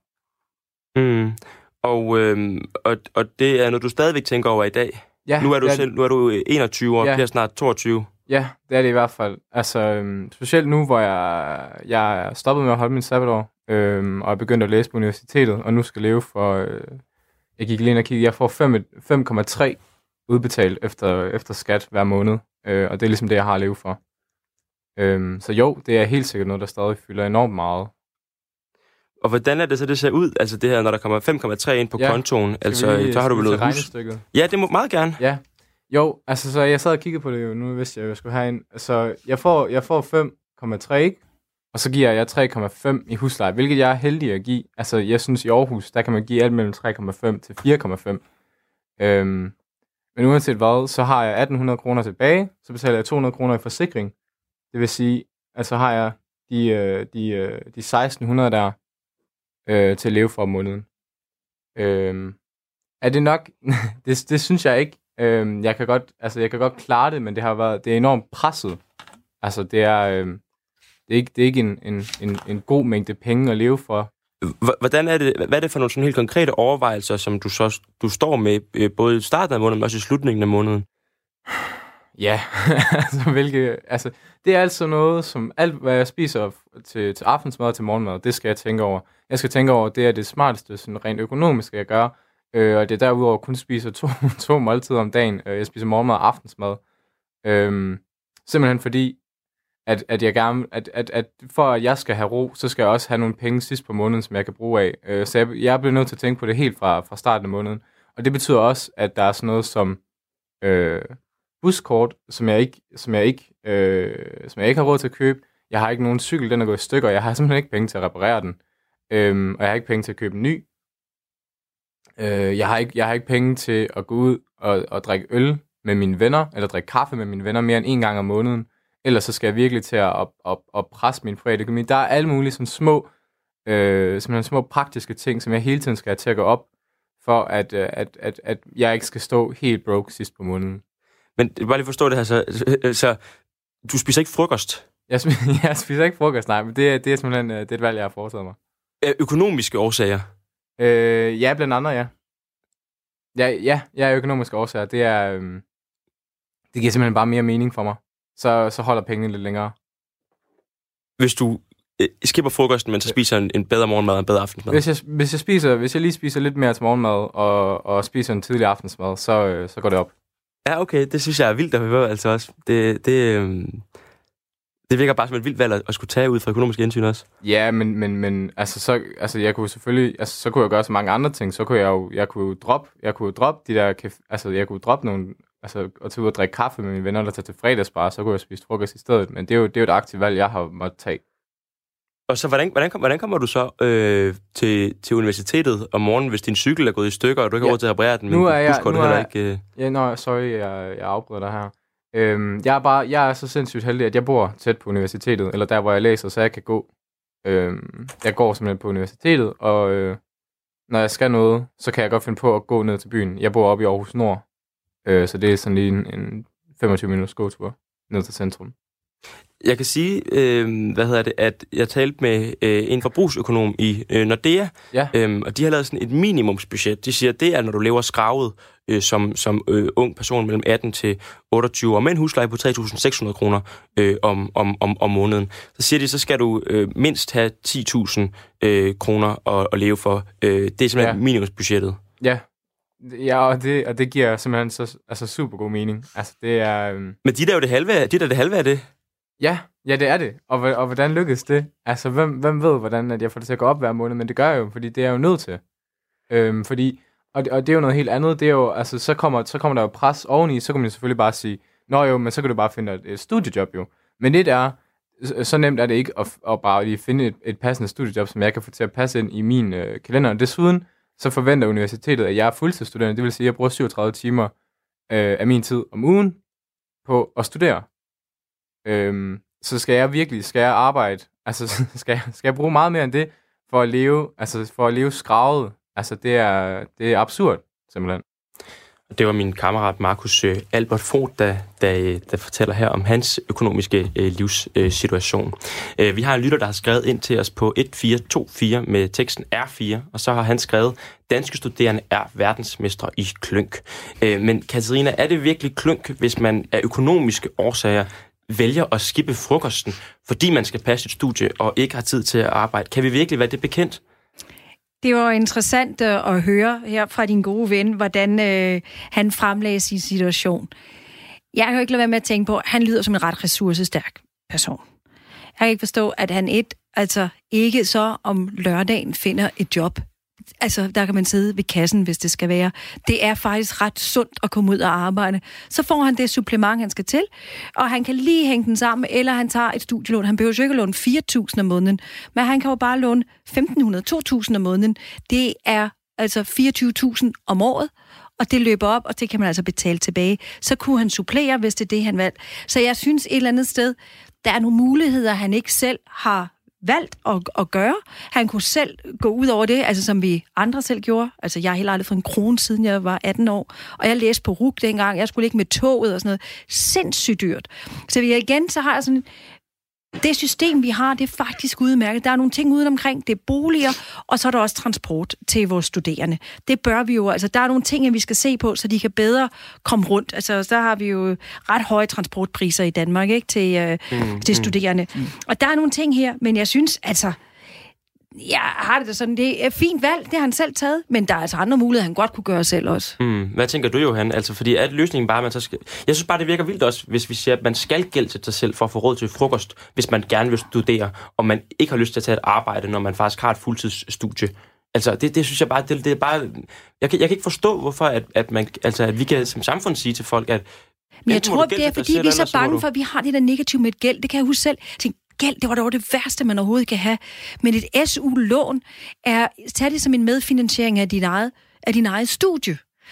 Mm. Og, øh, og, og det er noget, du stadigvæk tænker over i dag? Ja. Nu er du, ja, selv, nu er du enogtyve år, ja. bliver snart toogtyve. Ja, det er det i hvert fald. Altså, øhm, specielt nu, hvor jeg, jeg er stoppet med at holde min sabbatår, øhm, og er begyndt at læse på universitetet, og nu skal leve for... Øh, jeg gik lige ind og kiggede, jeg får fem komma tre udbetalt efter, efter skat hver måned. Øh, og det er ligesom det, jeg har at leve for. Øhm, så jo, det er helt sikkert noget, der stadig fylder enormt meget. Og hvordan er det så, det ser ud? Altså det her, når der kommer fem komma tre ind på ja. kontoen, altså lige, så har du vel noget hus? Ja, det må meget gerne. Ja. Jo, altså så jeg sad og kiggede på det jo, nu vidste jeg, at jeg skulle have en. Altså jeg får, jeg får fem komma tre, ikke? Og så giver jeg tre komma fem i husleje, hvilket jeg er heldig at give. Altså jeg synes i Aarhus, der kan man give alt mellem tre komma fem til fire komma fem. Øhm, Men uanset hvad, så har jeg atten hundrede kroner tilbage, så betaler jeg to hundrede kroner i forsikring. Det vil sige, at så har jeg de, de, de seksten hundrede der øh, til at leve for om måneden. Øh, er det nok? det, det synes jeg ikke. Øh, jeg, kan godt, altså, jeg kan godt klare det, men det har været det er enormt presset. Altså, det er, øh, det er ikke, det er ikke en, en, en, en god mængde penge at leve for. Hvordan er det, hvad er det for nogle sådan helt konkrete overvejelser, som du så du står med, både i starten af måneden, men også i slutningen af måneden? Ja, altså, hvilke, altså det er altså noget, som alt, hvad jeg spiser til, til aftensmad og til morgenmad, det skal jeg tænke over. Jeg skal tænke over, det er det smarteste, sådan rent økonomisk, jeg gør, øh, og det er derudover kun spiser to, to måltider om dagen. Jeg spiser morgenmad og aftensmad. Øh, simpelthen fordi, At, at jeg gerne, at, at, at for at jeg skal have ro, så skal jeg også have nogle penge sidst på måneden, som jeg kan bruge af. Øh, så jeg, jeg bliver nødt til at tænke på det helt fra, fra starten af måneden. Og det betyder også, at der er sådan noget som øh, buskort, som jeg ikke, som jeg ikke, øh, som jeg ikke har råd til at købe. Jeg har ikke nogen cykel, den er gået i stykker. Jeg har simpelthen ikke penge til at reparere den. Øh, og jeg har ikke penge til at købe en ny. Øh, jeg har ikke, jeg har ikke penge til at gå ud at, at drikke øl med mine venner, eller drikke kaffe med mine venner mere end en gang om måneden. Ellers så skal jeg virkelig til at, at, at, at presse min private økonomi. Der er alle mulige sådan små, øh, små praktiske ting, som jeg hele tiden skal have til at gå op, for at, at, at, at jeg ikke skal stå helt broke sidst på måneden. Men bare lige forstå det her, så, så du spiser ikke frokost? Jeg, sp- jeg spiser ikke frokost, nej, men det, det er simpelthen det er et valg, jeg har foretaget mig. Økonomiske årsager? Øh, ja, blandt andre, ja. Ja, ja, jeg er økonomiske årsager. Det er, øhm, det giver simpelthen bare mere mening for mig. Så, så holder pengene lidt længere. Hvis du øh, skipper frokosten, men så spiser en, en bedre morgenmad og en bedre aftensmad? Hvis jeg, hvis jeg spiser, hvis jeg lige spiser lidt mere til morgenmad og, og spiser en tidlig aftensmad, så, øh, så går det op. Ja, okay. Det synes jeg er vildt at høre, altså også. Det, det, øh, det virker bare som et vildt valg at, at skulle tage ud fra økonomiske hensyn også. Ja, men, men, men altså, så, altså, jeg kunne selvfølgelig, altså, så kunne jeg gøre så mange andre ting. Så kunne jeg jo, jeg kunne droppe, jeg kunne droppe de der, altså, jeg kunne droppe nogle, altså, og tage ud og drikke kaffe med mine venner, der tager til fredagsbar, så kunne jeg spise frokost i stedet. Men det er jo, det er jo et aktivt valg, jeg har måttet tage. Og så, hvordan, hvordan, hvordan kommer du så øh, til, til universitetet om morgenen, hvis din cykel er gået i stykker, og du ikke har råd til at reparere den, men nu er jeg, buskort nu heller er, ikke... Øh... Ja, nå, sorry, jeg, jeg afbryder dig her. Øhm, jeg, er bare, jeg er så sindssygt heldig, at jeg bor tæt på universitetet, eller der, hvor jeg læser, så jeg kan gå. Øhm, jeg går simpelthen på universitetet, og øh, når jeg skal noget, så kan jeg godt finde på at gå ned til byen. Jeg bor oppe i Aarhus Nord, øh, så det er sådan lige en, en femogtyve minutters gåtur ned til centrum. Jeg kan sige, øh, hvad hedder det, at jeg talte med øh, en forbrugsøkonom i øh, Nordea, ja. øhm, og de har lavet sådan et minimumsbudget. De siger, at det er, når du lever skravet øh, som, som øh, ung person mellem atten til otteogtyve år, med en husleje på tre tusind seks hundrede kroner øh, om, om, om, om måneden. Så siger de, så skal du øh, mindst have ti tusind øh, kroner at, at leve for. Øh, det er simpelthen ja. minimumsbudgettet. Ja. Ja, og det, og det giver simpelthen så, altså super god mening. Altså, det er... Øhm... Men de der er jo det halve af, de der er det halve af det. Ja, ja, det er det. Og, og hvordan lykkes det? Altså, hvem, hvem ved, hvordan at jeg får det til at gå op hver måned? Men det gør jeg jo, fordi det er jeg jo nødt til. Øhm, fordi, og, og det er jo noget helt andet. Det er jo, altså, så kommer, så kommer der jo pres oveni, så kan man selvfølgelig bare sige, nå jo, men så kan du bare finde et, et studiejob jo. Men det er, så nemt er det ikke at, at bare lige finde et, et passende studiejob, som jeg kan få til at passe ind i min øh, kalender. Desuden, så forventer universitetet, at jeg er fuldtidsstuderende. Det vil sige, at jeg bruger syvogtredive timer øh, af min tid om ugen på at studere. Øhm, så skal jeg virkelig, skal jeg arbejde, altså skal jeg, skal jeg bruge meget mere end det, for at leve, altså for at leve skravet. Altså det er, det er absurd, simpelthen. Det var min kammerat Markus øh, Albert Fod, der, der, der fortæller her om hans økonomiske øh, livssituation. Øh, vi har en lytter, der har skrevet ind til os på et fire to fire med teksten R fire, og så har han skrevet, danske studerende er verdensmestre i klønk. Øh, men Katarina, er det virkelig klønk, hvis man af økonomiske årsager vælger at skippe frokosten, fordi man skal passe sit studie og ikke har tid til at arbejde? Kan vi virkelig være det bekendt? Det var interessant at høre her fra din gode ven, hvordan øh, han fremlagde sin situation. Jeg kan jo ikke lade være med at tænke på, at han lyder som en ret ressourcestærk person. Jeg kan ikke forstå, at han et, altså ikke så om lørdagen finder et job. Altså, der kan man sidde ved kassen, hvis det skal være. Det er faktisk ret sundt at komme ud og arbejde. Så får han det supplement, han skal til, og han kan lige hænge den sammen, eller han tager et studielån. Han behøver jo ikke at låne fire tusind om måneden, men han kan jo bare låne femten hundrede, to tusind om måneden. Det er altså fireogtyve tusind om året, og det løber op, og det kan man altså betale tilbage. Så kunne han supplere, hvis det er det, han valgte. Så jeg synes et eller andet sted, der er nogle muligheder, han ikke selv har valgt at, at gøre. Han kunne selv gå ud over det, altså som vi andre selv gjorde. Altså jeg har heller aldrig fået en krone, siden jeg var atten år. Og jeg læste på R U C dengang. Jeg skulle ligge med toget og sådan noget. Sindssygt dyrt. Så vi igen, så har jeg sådan... Det system, vi har, det er faktisk udmærket. Der er nogle ting uden omkring. Det er boliger, og så er der også transport til vores studerende. Det bør vi jo. Altså, der er nogle ting, vi skal se på, så de kan bedre komme rundt. Altså, der har vi jo ret høje transportpriser i Danmark, ikke? Til, øh, mm, til studerende. Mm. Og der er nogle ting her, men jeg synes, altså... Jeg har det da sådan, det er fint valg, det har han selv taget, men der er altså andre muligheder, han godt kunne gøre selv også. Mm. Hvad tænker du, Johan? Altså, fordi er løsningen bare, at man så skal... Jeg synes bare, det virker vildt også, hvis vi siger, at man skal gælde til sig selv for at få råd til frokost, hvis man gerne vil studere, og man ikke har lyst til at tage et arbejde, når man faktisk har et fuldtidsstudie. Altså, det, det synes jeg bare, det, det er bare... Jeg kan, jeg kan ikke forstå, hvorfor at, at, man, altså, at vi kan som samfund sige til folk, at... Men jeg tror, det er, fordi vi er så bange for, at vi har det der negative med et gæld. Det kan jeg huske selv. Tænk, gæld, det var dog det værste, man overhovedet kan have. Men et S U-lån er, tag det som en medfinansiering af din eget, af din eget studie.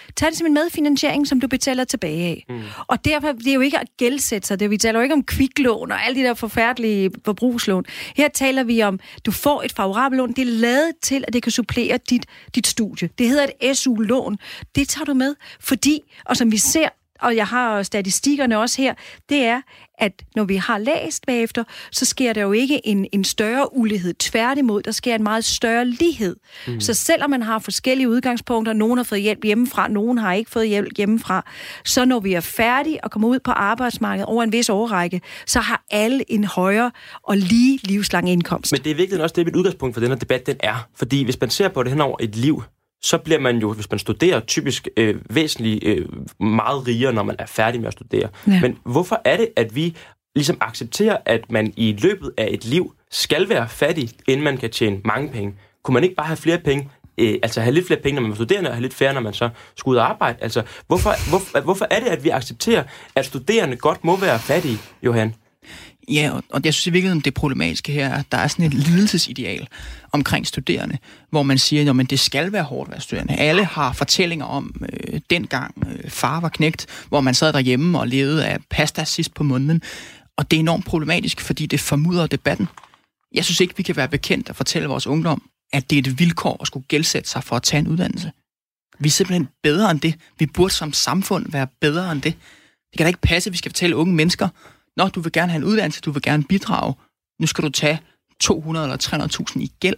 Tag det som en medfinansiering, som du betaler tilbage af. Mm. Og derfor, det er jo ikke at gældsætte sig. Det, vi taler jo ikke om kviklån og alle de der forfærdelige forbrugslån. Her taler vi om, du får et favorabelt lån. Det er lavet til, at det kan supplere dit, dit studie. Det hedder et S U-lån. Det tager du med, fordi, og som vi ser, og jeg har statistikkerne også her, det er, at når vi har læst bagefter, så sker der jo ikke en, en større ulighed. Tværtimod, der sker en meget større lighed. Mm. Så selvom man har forskellige udgangspunkter, nogen har fået hjælp hjemmefra, nogen har ikke fået hjælp hjemmefra, så når vi er færdige og kommer ud på arbejdsmarkedet over en vis årrække, så har alle en højere og lige livslang indkomst. Men det er virkelig også det, mit udgangspunkt for den her debat, den er. Fordi hvis man ser på det hen over et liv, så bliver man jo, hvis man studerer, typisk øh, væsentligt øh, meget rigere, når man er færdig med at studere. Ja. Men hvorfor er det, at vi ligesom accepterer, at man i løbet af et liv skal være fattig, inden man kan tjene mange penge? Kunne man ikke bare have flere penge, øh, altså have lidt flere penge, når man er studerende, og have lidt færre, når man så skal ud og arbejde? Altså, hvorfor, hvor, hvorfor er det, at vi accepterer, at studerende godt må være fattige, Johan? Ja, og jeg synes i virkeligheden, det problematiske her er, at der er sådan et lidelsesideal omkring studerende, hvor man siger, at det skal være hårdt at være studerende. Alle har fortællinger om øh, dengang øh, far var knægt, hvor man sad derhjemme og levede af pasta sidst på måneden. Og det er enormt problematisk, fordi det formudrer debatten. Jeg synes ikke, vi kan være bekendt at fortælle vores ungdom, at det er et vilkår at skulle gældsætte sig for at tage en uddannelse. Vi er simpelthen bedre end det. Vi burde som samfund være bedre end det. Det kan da ikke passe, at vi skal fortælle unge mennesker, nå, du vil gerne have en uddannelse, du vil gerne bidrage, nu skal du tage to hundrede eller tre hundrede tusind i gæld.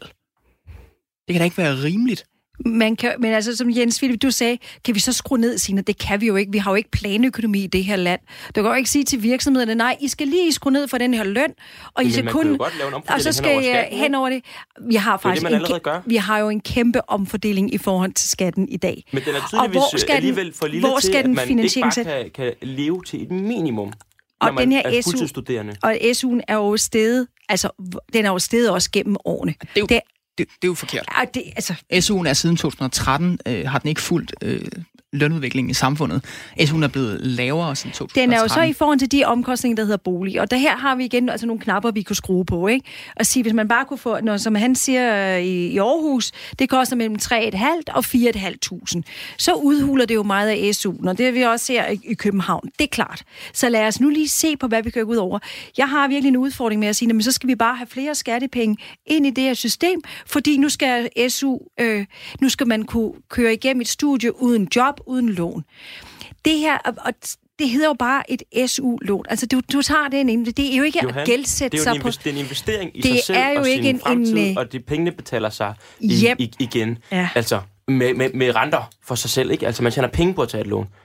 Det kan da ikke være rimeligt. Man kan, men altså, som Jens Philip, du sagde, kan vi så skrue ned, Signe? Det kan vi jo ikke. Vi har jo ikke planøkonomi i det her land. Du kan jo ikke sige til virksomhederne, nej, I skal lige skrue ned for den her løn, og I skal kun... Og så skal jeg hen over det. Vi har faktisk det, det, en, vi har jo en kæmpe omfordeling i forhold til skatten i dag. Men den er tydeligvis alligevel for lille til, at man ikke bare kan, kan leve til et minimum. Og den her S U, og S U'en er jo steget, altså den er jo steget også gennem årene. Det er jo, det, det, det er jo forkert. Ja, det, altså. S U'en er siden to tusind og tretten, øh, har den ikke fulgt øh, lønudviklingen i samfundet. S U'en er blevet lavere siden to tusind og tretten. Den er jo så i forhold til de omkostninger, der hedder bolig. Og der her har vi igen altså nogle knapper, vi kunne skrue på, ikke? Og sige, hvis man bare kunne få, når, som han siger i, i Aarhus, det koster mellem tre komma fem og fire komma fem tusind. Så udhuler det jo meget af S U'en, og det vi også ser i, i København. Det er klart. Så lad os nu lige se på, hvad vi kan gå ud over. Jeg har virkelig en udfordring med at sige, men så skal vi bare have flere skattepenge ind i det her system, fordi nu skal S U, øh, nu skal man kunne køre igennem et studie uden job, uden lån. Det her, og det hedder jo bare et S U-lån. Altså, du, du tager det ind. Det er jo ikke Johan, at gældsætte sig på... Det er en investering i sig selv og sin en, fremtid, en, og de pengene betaler sig i, yep. i, igen. Ja. Altså, med, med, med renter for sig selv, ikke? Altså, man tjener penge på at tage et lån.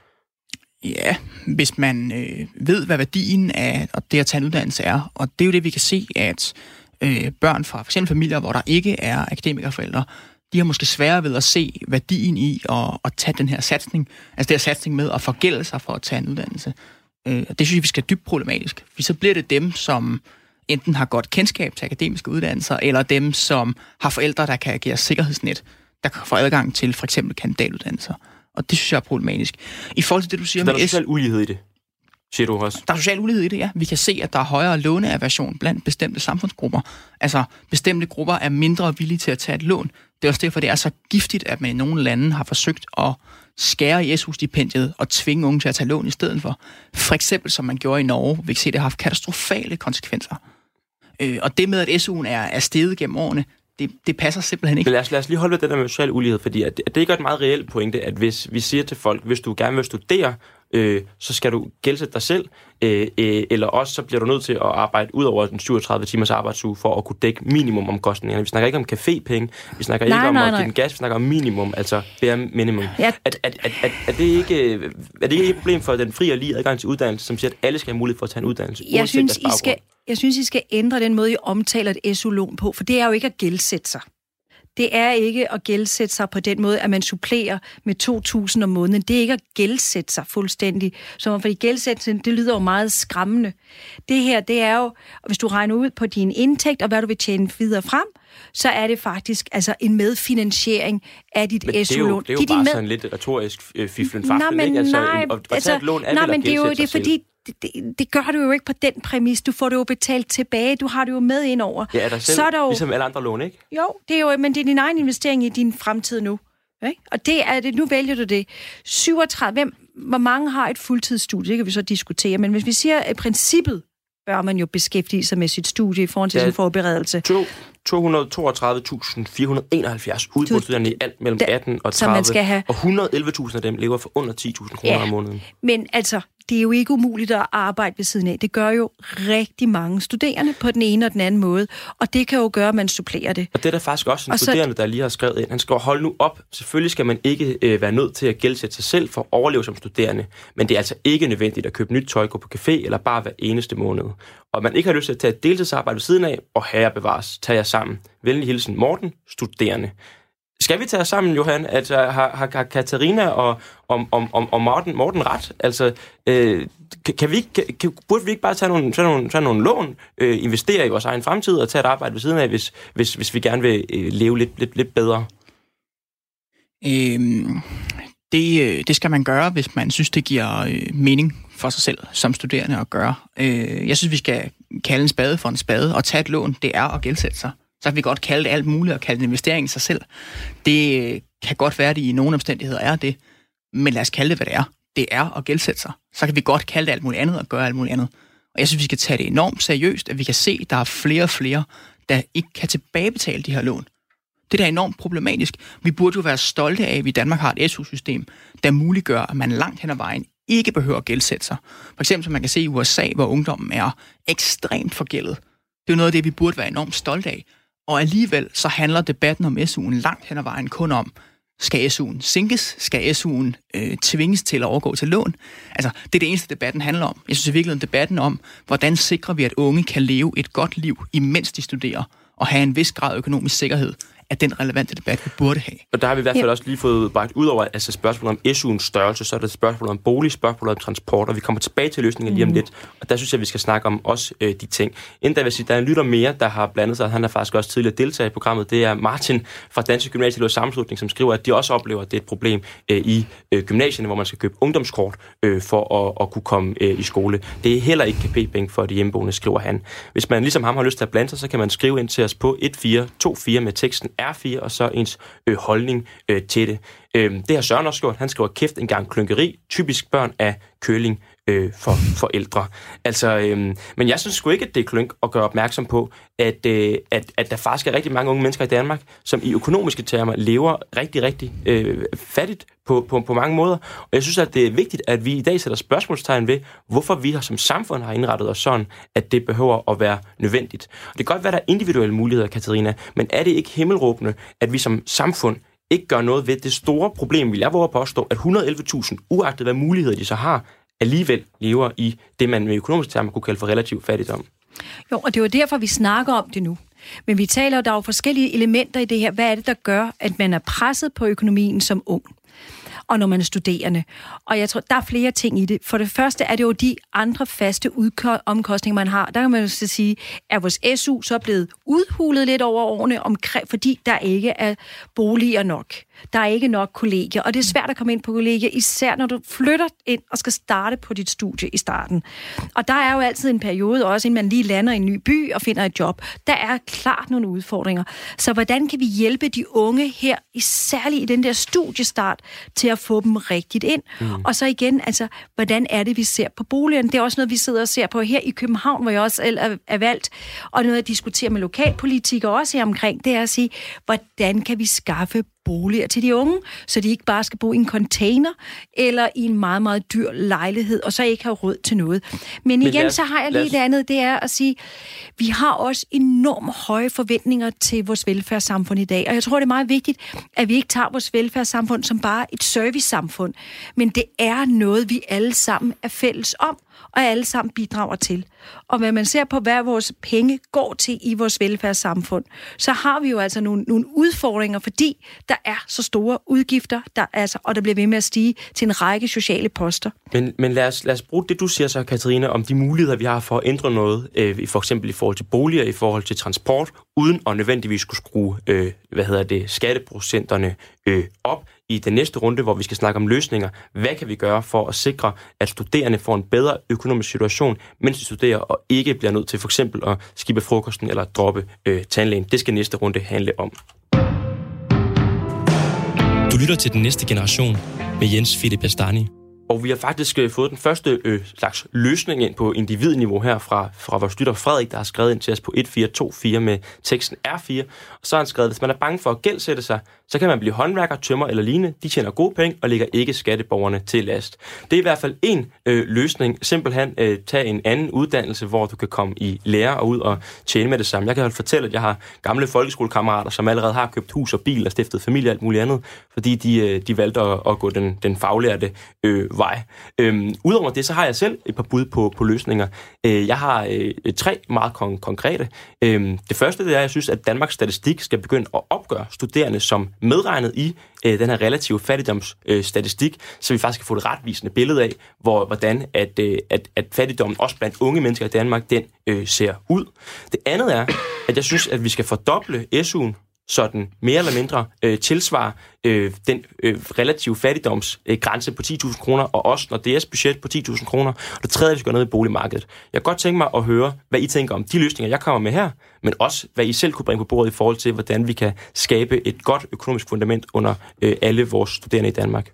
Ja, hvis man øh, ved, hvad værdien af det at tage en uddannelse er, og det er jo det, vi kan se, at øh, børn fra f.eks. familier, hvor der ikke er akademikerforældre, de har måske sværere ved at se værdien i at, at tage den her satsning, altså det her satsning med at forgælde sig for at tage en uddannelse. Øh, det synes jeg, vi skal dybt problematisk. For så bliver det dem, som enten har godt kendskab til akademiske uddannelser, eller dem, som har forældre, der kan agere sikkerhedsnet, der kan få adgang til for eksempel kandidatuddannelser. Og det synes jeg er problematisk. I forhold til det, du siger med... Der er social ulighed i det, siger du også. Der er social ulighed i det, ja. Vi kan se, at der er højere låneaversion blandt bestemte samfundsgrupper. Altså, bestemte grupper er mindre villige til at tage et lån. Det er også derfor, det er så giftigt, at man i nogle lande har forsøgt at skære i S U-stipendiet og tvinge unge til at tage lån i stedet for. For eksempel, som man gjorde i Norge, vi kan se, at det har haft katastrofale konsekvenser. Øh, og det med, at S U'en er, er steget gennem årene, det, det passer simpelthen ikke. Men lad os, lad os lige holde ved det der med social ulighed, fordi at det, at det ikke er et meget reelt pointe, at hvis vi siger til folk, hvis du gerne vil studere, øh, så skal du gældsætte dig selv, øh, øh, eller også så bliver du nødt til at arbejde ud over den syvogtredive timers arbejdsuge for at kunne dække minimum omkostningerne. Vi snakker ikke om cafépenge, vi snakker nej, ikke om nej, at give den gas, vi snakker om minimum, altså bare minimum. Ja. Er, er, er, er, er, det ikke, er det ikke et problem for den fri og lige adgang til uddannelse, som siger, at alle skal have mulighed for at tage en uddannelse? Jeg synes, I skal, jeg synes, I skal ændre den måde, I omtaler et S U-lån på, for det er jo ikke at gældsætte sig. Det er ikke at gældsætte sig på den måde, at man supplerer med to tusind om måneden. Det er ikke at gældsætte sig fuldstændig. Så fordi gældsættelse, det lyder jo meget skræmmende. Det her, det er jo, hvis du regner ud på din indtægt, og hvad du vil tjene videre frem, så er det faktisk altså en medfinansiering af dit S U-lån. Det er jo, det er jo bare med... sådan lidt retorisk øh, fiflen faflen, ikke? Altså, nej, at, at tage et lån er nej, vel men at det er jo det er sig fordi, det, det, det gør du jo ikke på den præmis. Du får det jo betalt tilbage. Du har det jo med ind over. Ja, er der selv, så er der jo... ligesom alle andre lån, ikke? Jo, det er jo, men det er din egen investering i din fremtid nu. Ikke? Og det er det, nu vælger du det. syvogtredive, hvem, hvor mange har et fuldtidsstudie? Det kan vi så diskutere, men hvis vi siger, at princippet bør man jo beskæftige sig med sit studie i forhold til sin forberedelse. to hundrede og toogtredive tusind fire hundrede og enoghalvfjerds udbudsstuderende i alt mellem atten og tredive, man skal have... og et hundrede og elleve tusind af dem lever for under ti tusind kroner ja, om måneden. Men altså, det er jo ikke umuligt at arbejde ved siden af. Det gør jo rigtig mange studerende på den ene og den anden måde, og det kan jo gøre, at man supplerer det. Og det er der faktisk også en og studerende, så... der lige har skrevet ind. Han skal holde nu op. Selvfølgelig skal man ikke øh, være nødt til at gældsætte sig selv for at overleve som studerende, men det er altså ikke nødvendigt at købe nyt tøj, gå på café eller bare hver eneste måned. Og man ikke har lyst til at tage et deltidsarbejde ved siden af, og herre bevares, tage jer sammen. Venlig hilsen Morten, studerende. Skal vi tage os sammen, Johan? Altså, har, har, har Katarina og, og, og, og Morten, Morten ret? Altså, øh, kan vi, kan, burde vi ikke bare tage nogle, tage nogle, tage nogle lån, øh, investere i vores egen fremtid og tage et arbejde ved siden af, hvis, hvis, hvis vi gerne vil øh, leve lidt, lidt, lidt bedre? Øhm, det, det skal man gøre, hvis man synes, det giver øh, mening for sig selv som studerende at gøre. Øh, jeg synes, vi skal kalde en spade for en spade, og tage et lån, det er at gældsætte sig. Så kan vi godt kalde det alt muligt, og kalde det investering i sig selv. Det kan godt være, at det i nogle omstændigheder er det, men lad os kalde det, hvad det er. Det er at gældsætte sig. Så kan vi godt kalde det alt muligt andet og gøre alt muligt andet. Og jeg synes, vi skal tage det enormt seriøst, at vi kan se, at der er flere og flere, der ikke kan tilbagebetale de her lån. Det er da enormt problematisk. Vi burde jo være stolte af, at vi i Danmark har et S U-system, der muliggør, at man langt hen ad vejen ikke behøver at gældsætte sig. For eksempel, som man kan se i U S A, hvor ungdommen er ekstremt forgældet. Det er jo noget af det, vi burde være enormt stolte af. Og alligevel så handler debatten om S U'en langt hen ad vejen kun om, skal S U'en sænkes? Skal S U'en øh, tvinges til at overgå til lån? Altså, det er det eneste, debatten handler om. Jeg synes i virkeligheden, debatten om, hvordan sikrer vi, at unge kan leve et godt liv, imens de studerer, og have en vis grad af økonomisk sikkerhed, er den relevante debat, vi burde have. Og der har vi i hvert fald ja. også lige fået bragt ud over altså spørgsmålet om S U'ens størrelse, så er der et spørgsmål om bolig, spørgsmål om transport, og vi kommer tilbage til løsningen lige om lidt, og der synes jeg, vi skal snakke om også øh, de ting. Inden der vil sige, der er en lytter mere, der har blandet sig, han har faktisk også tidligere deltaget i programmet, det er Martin fra Danske Gymnasieelevers Sammenslutning, som skriver, at de også oplever, at det er et problem øh, i øh, gymnasierne, hvor man skal købe ungdomskort øh, for at, at kunne komme øh, i skole. Det er heller ikke K P-penge for de hjemmeboende, skriver han. Hvis man ligesom ham har lyst til at blande sig, så kan man skrive ind til os på et fire to fire med teksten R fire, og så ens øh, holdning øh, til det. Øh, det har Søren også gjort. Han skriver, kæft en gang klynkeri, typisk børn af køling øh, for forældre. Altså, øh, men jeg synes sgu ikke, at det er klynk at gøre opmærksom på, at, øh, at, at der faktisk er rigtig mange unge mennesker i Danmark, som i økonomiske termer lever rigtig, rigtig øh, fattigt på, på, på mange måder. Og jeg synes, at det er vigtigt, at vi i dag sætter spørgsmålstegn ved, hvorfor vi som samfund har indrettet os sådan, at det behøver at være nødvendigt. Og det kan godt være, der er individuelle muligheder, Katarina, men er det ikke himmelråbende, at vi som samfund ikke gør noget ved det store problem, vil jeg våge at påstå, at et hundrede og elleve tusind, uagtet hvad muligheder de så har, alligevel lever i det, man med økonomiske termer kunne kalde for relativ fattigdom. Jo, og det er jo derfor, vi snakker om det nu. Men vi taler jo, der er jo forskellige elementer i det her. Hvad er det, der gør, at man er presset på økonomien som ung? Og når man er studerende. Og jeg tror, der er flere ting i det. For det første er det jo de andre faste udko- omkostninger, man har. Der kan man jo så sige, at vores S U så er blevet udhulet lidt over årene, omkring, fordi der ikke er boliger nok. Der er ikke nok kollegier, og det er svært at komme ind på kollegier, især når du flytter ind og skal starte på dit studie i starten. Og der er jo altid en periode, også inden man lige lander i en ny by og finder et job. Der er klart nogle udfordringer. Så hvordan kan vi hjælpe de unge her, særligt i den der studiestart, til at få dem rigtigt ind? Mm. Og så igen, altså, hvordan er det, vi ser på boligerne? Det er også noget, vi sidder og ser på her i København, hvor jeg også er, er valgt, og noget, jeg diskuterer med lokalpolitikere også her omkring, det er at sige, hvordan kan vi skaffe boliger til de unge, så de ikke bare skal bo i en container eller i en meget, meget dyr lejlighed, og så ikke have råd til noget. Men igen, Men os, så har jeg lige det andet, det er at sige, vi har også enormt høje forventninger til vores velfærdssamfund i dag, og jeg tror, det er meget vigtigt, at vi ikke tager vores velfærdssamfund som bare et servicesamfund, men det er noget, vi alle sammen er fælles om, og alle sammen bidrager til. Og når man ser på, hvad vores penge går til i vores velfærdssamfund, så har vi jo altså nogle, nogle udfordringer, fordi der er så store udgifter, der, altså, og der bliver ved med at stige til en række sociale poster. Men, men lad, os, lad os bruge det, du siger så, Katarina, om de muligheder, vi har for at ændre noget, øh, for eksempel i forhold til boliger, i forhold til transport, uden at nødvendigvis skulle skrue øh, hvad hedder det, skatteprocenterne øh, op i den næste runde, hvor vi skal snakke om løsninger. Hvad kan vi gøre for at sikre, at studerende får en bedre økonomisk situation, mens de studerer, og ikke bliver nødt til for eksempel at skippe frokosten eller droppe øh, tandlægen? Det skal næste runde handle om. Du lytter til Den Næste Generation med Jens Philip Bastani. Og vi har faktisk øh, fået den første øh, slags løsning ind på individniveau her fra, fra vores lytter Frederik, der har skrevet ind til os på et fire to fire med teksten R fire. Og så har han skrevet, hvis man er bange for at gældsætte sig, så kan man blive håndværker, tømrer eller lignende. De tjener gode penge og lægger ikke skatteborgerne til last. Det er i hvert fald en øh, løsning. Simpelthen øh, tage en anden uddannelse, hvor du kan komme i lære og ud og tjene med det samme. Jeg kan fortælle, at jeg har gamle folkeskolekammerater, som allerede har købt hus og bil og stiftet familie og alt muligt andet, fordi de, øh, de valgte at, at gå den, den faglærte øh, vej. Øhm, Udover det, så har jeg selv et par bud på, på løsninger. Øh, jeg har øh, tre meget kon- konkrete. Øh, det første, det er, at jeg synes, at Danmarks Statistik skal begynde at opgøre studerende som medregnet i øh, den her relative fattigdomsstatistik, øh, så vi faktisk kan få et retvisende billede af, hvor, hvordan at, øh, at, at fattigdommen også blandt unge mennesker i Danmark, den øh, ser ud. Det andet er, at jeg synes, at vi skal fordoble S U'en, så den mere eller mindre øh, tilsvarer øh, den øh, relative fattigdomsgrænse øh, på ti tusind kroner, og også når D S budget på ti tusind kroner. Og det tredje, vi skal gøre noget i boligmarkedet. Jeg kan godt tænke mig at høre, hvad I tænker om de løsninger, jeg kommer med her, men også, hvad I selv kunne bringe på bordet i forhold til, hvordan vi kan skabe et godt økonomisk fundament under øh, alle vores studerende i Danmark.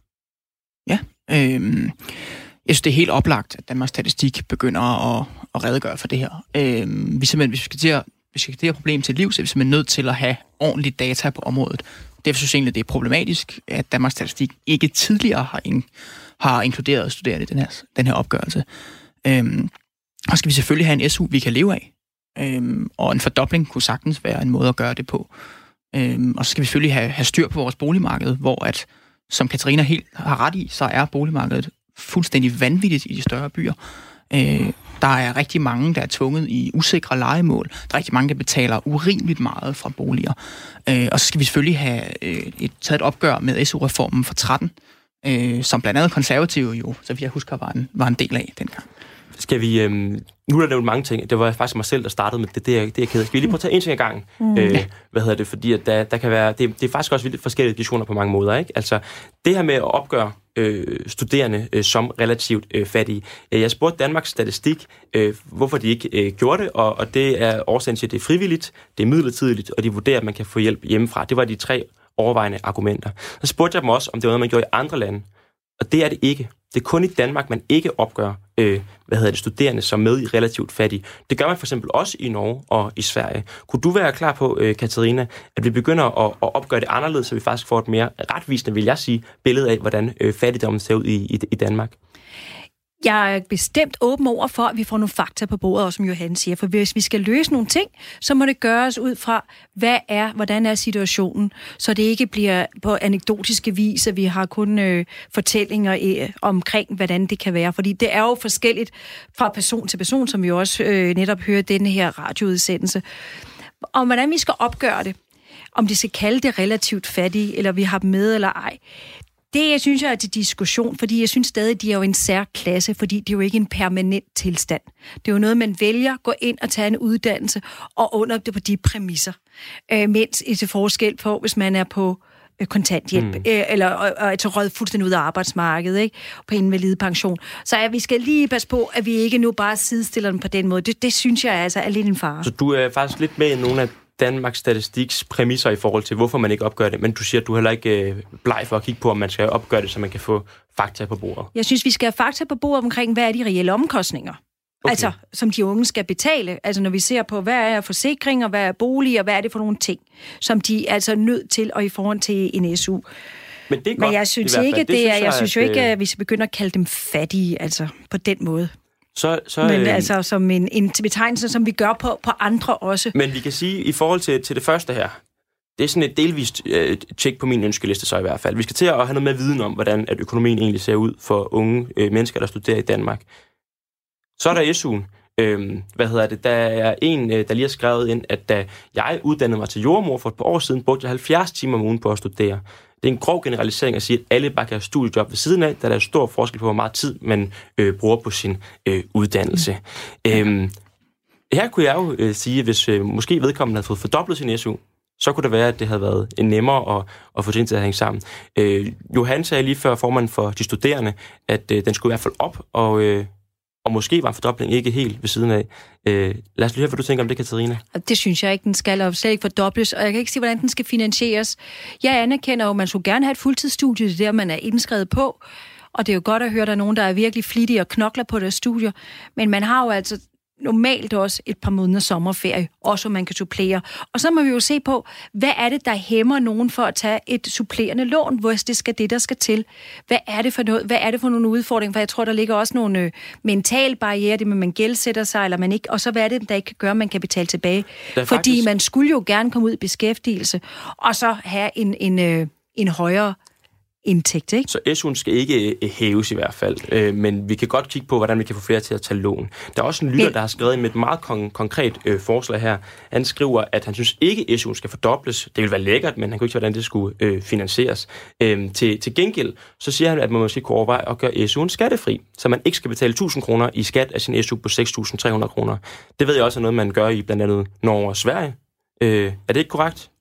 Ja, øh, jeg synes, det er helt oplagt, at Danmarks Statistik begynder at, at redegøre for det her. Øh, vi simpelthen, hvis vi skal til at Hvis vi skal det her problem til liv, så er vi simpelthen nødt til at have ordentlige data på området. Derfor synes jeg egentlig, det er problematisk, at Danmarks Statistik ikke tidligere har, in- har inkluderet studerende i den her, den her opgørelse. Øhm, og skal vi selvfølgelig have en S U, vi kan leve af. Øhm, og en fordobling kunne sagtens være en måde at gøre det på. Øhm, og så skal vi selvfølgelig have, have styr på vores boligmarked, hvor at, som Katarina helt har ret i, så er boligmarkedet fuldstændig vanvittigt i de større byer. Øh, Der er rigtig mange, der er tvunget i usikre lejemål. Der er rigtig mange, der betaler urimeligt meget fra boliger. Øh, og så skal vi selvfølgelig have øh, et, taget et opgør med S U-reformen for tretten, øh, som blandt andet konservative jo, så vi jeg husker, var en, var en del af dengang. Skal vi... Øhm, nu er der nævnt mange ting. Det var faktisk mig selv, der startede med det. Det er, det er ked. Skal vi lige prøve at tage en ting ad gangen? Mm. Øh, hvad hedder det? Fordi at der, der kan være... Det, det er faktisk også vildt forskellige diskussioner på mange måder, ikke? Altså, det her med at opgøre øh, studerende øh, som relativt øh, fattige. Jeg spurgte Danmarks Statistik, øh, hvorfor de ikke øh, gjorde det, og, og det er årsagen til, at det er frivilligt, det er midlertidigt, og de vurderer, at man kan få hjælp hjemmefra. Det var de tre overvejende argumenter. Så spurgte jeg dem også, om det var noget, man gjorde i andre lande. Og det er det ikke. Det er kun i Danmark, man ikke opgør øh, hvad hedder det, studerende som med i relativt fattige. Det gør man for eksempel også i Norge og i Sverige. Kunne du være klar på, øh, Katarina, at vi begynder at, at opgøre det anderledes, så vi faktisk får et mere retvisende, vil jeg sige, billede af, hvordan øh, fattigdommen ser ud i, i, i Danmark? Jeg er bestemt åben over for, at vi får nogle fakta på bordet, også som Johan siger. For hvis vi skal løse nogle ting, så må det gøres ud fra, hvad er, hvordan er situationen, så det ikke bliver på anekdotiske vis, at vi har kun øh, fortællinger øh, omkring, hvordan det kan være. Fordi det er jo forskelligt fra person til person, som vi jo også øh, netop hører denne her radioudsendelse. Og hvordan vi skal opgøre det, om de skal kalde det relativt fattige, eller vi har dem med eller ej. Det, jeg synes, jeg er til diskussion, fordi jeg synes stadig, de er jo en særklasse, fordi det er jo ikke en permanent tilstand. Det er jo noget, man vælger, gå ind og tage en uddannelse, og under det på de præmisser. Øh, mens i til forskel på, hvis man er på øh, kontanthjælp, mm. øh, eller og, og er til rød fuldstændig ud af arbejdsmarkedet, ikke? På invalidepension. Så ja, vi skal lige passe på, at vi ikke nu bare sidestiller dem på den måde. Det, det synes jeg altså er lidt en fare. Så du er faktisk lidt med i nogle af Danmarks Statistiks præmisser i forhold til, hvorfor man ikke opgør det, men du siger, at du heller ikke øh, bleg for at kigge på, om man skal opgøre det, så man kan få fakta på bordet. Jeg synes, vi skal have fakta på bordet omkring, hvad er de reelle omkostninger, okay. Altså, som de unge skal betale. Altså, når vi ser på, hvad er forsikringer, hvad er bolig, og hvad er det for nogle ting, som de er altså nødt til, og i forhold til en S U. Men, det er godt, men jeg synes ikke, det, det synes jeg, jeg synes jo ikke, at vi skal begynde at kalde dem fattige, altså på den måde. Så, så, men øh, altså som en, en betegnelse, som vi gør på, på andre også. Men vi kan sige, i forhold til, til det første her, det er sådan et delvist øh, tjek på min ønskeliste så i hvert fald. Vi skal til at have noget mere viden om, hvordan at økonomien egentlig ser ud for unge øh, mennesker, der studerer i Danmark. Så er der S U'en. Øh, hvad hedder det? Der er en, øh, der lige har skrevet ind, at da jeg uddannede mig til jordemor for et par år siden, brugte jeg halvfjerds timer om ugen på at studere. Det er en grov generalisering at sige, at alle bare kan have studiejob ved siden af, da der er stor forskel på, hvor meget tid man øh, bruger på sin øh, uddannelse. Mm. Øhm, her kunne jeg jo øh, sige, at hvis øh, måske vedkommende havde fået fordoblet sin S U, så kunne det være, at det havde været en nemmere at, at få tingene til at hænge sammen. Øh, Johan sagde lige før formanden for de studerende, at øh, den skulle i hvert fald op, og øh, Og måske var en fordobling ikke helt ved siden af. Øh, lad os lige høre, hvad du tænker om det, Katarina. Det synes jeg ikke, den skal, og slet ikke fordobles, og jeg kan ikke se, hvordan den skal finansieres. Jeg anerkender jo, at man skulle gerne have et fuldtidsstudie, det der, man er indskrevet på, og det er jo godt at høre, at der er nogen, der er virkelig flittige og knokler på deres studier, men man har jo altså normalt også et par måneder sommerferie, også hvor man kan supplere. Og så må vi jo se på, hvad er det, der hæmmer nogen for at tage et supplerende lån, hvor det skal det, der skal til. Hvad er det for noget? Hvad er det for nogle udfordringer? For jeg tror, der ligger også nogle øh, mentale barrierer, det med, man gældsætter sig, eller man ikke, og så hvad er det, der ikke kan gøre, man kan betale tilbage? Fordi faktisk... man skulle jo gerne komme ud i beskæftigelse, og så have en, en, øh, en højere indtægt, ikke? Så S U'en skal ikke hæves i hvert fald, øh, men vi kan godt kigge på, hvordan vi kan få flere til at tage lån. Der er også en lytter, men... der har skrevet med et meget kon- konkret øh, forslag her. Han skriver, at han synes ikke, S U'en skal fordobles. Det vil være lækkert, men han kunne ikke hvordan det skulle øh, finansieres. Øh, til, til gengæld, så siger han, at man måske kunne overveje at gøre S U'en skattefri, så man ikke skal betale tusind kroner i skat af sin S U på seks tusind tre hundrede kroner. Det ved jeg også er noget, man gør i blandt andet Norge og Sverige. Øh, er det ikke korrekt?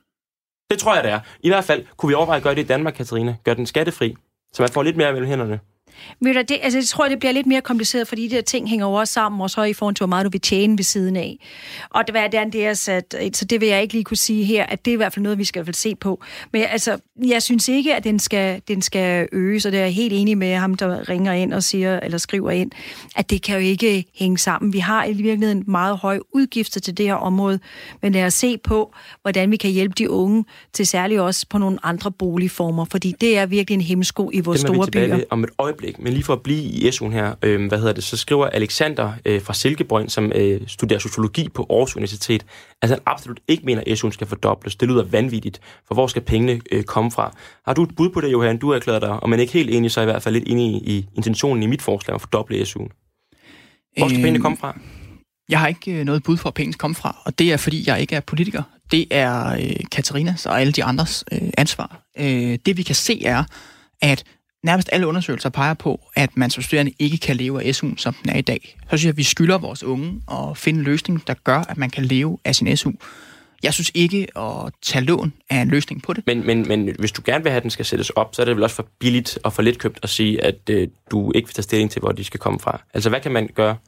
Det tror jeg, det er. I hvert fald kunne vi overveje at gøre det i Danmark, Katarina. Gør den skattefri, så man får lidt mere mellem hænderne. Men det, altså, jeg tror, det bliver lidt mere kompliceret, fordi de der ting hænger over sammen, og så i forhold til, hvor meget du vil tjene ved siden af. Og det var det, det er sat, så det vil jeg ikke lige kunne sige her, at det er i hvert fald noget, vi skal i hvert fald se på. Men altså, jeg synes ikke, at den skal, den skal øges, og det er jeg helt enig med ham, der ringer ind og siger, eller skriver ind, at det kan jo ikke hænge sammen. Vi har i virkeligheden meget høje udgifter til det her område, men lad os se på, hvordan vi kan hjælpe de unge til særligt også på nogle andre boligformer, fordi det er virkelig en hemsko i vores store byer. Om et øjeblik. Men lige for at blive i S U'en her, øh, hvad hedder det, så skriver Alexander øh, fra Silkeborg, som øh, studerer sociologi på Aarhus Universitet, at han absolut ikke mener, at S U'en skal fordobles. Det lyder vanvittigt, for hvor skal pengene øh, komme fra? Har du et bud på det, Johan? Du har erklæret dig, og man er ikke helt enig, så er i hvert fald lidt enig i, i intentionen i mit forslag om at fordoble S U'en. Hvor skal øh, pengene komme fra? Jeg har ikke noget bud for, at pengene kommer fra, og det er, fordi jeg ikke er politiker. Det er øh, Katarinas og alle de andres øh, ansvar. Øh, det vi kan se er, at nærmest alle undersøgelser peger på, at man som studerende ikke kan leve af S U'en, som den er i dag. Så synes jeg, at vi skylder vores unge at finde en løsning, der gør, at man kan leve af sin S U. Jeg synes ikke, at tage lån er en løsning på det. Men, men, men hvis du gerne vil have, at den skal sættes op, så er det vel også for billigt og for letkøbt at sige, at øh, du ikke vil tage stilling til, hvor de skal komme fra. Altså, hvad kan man gøre?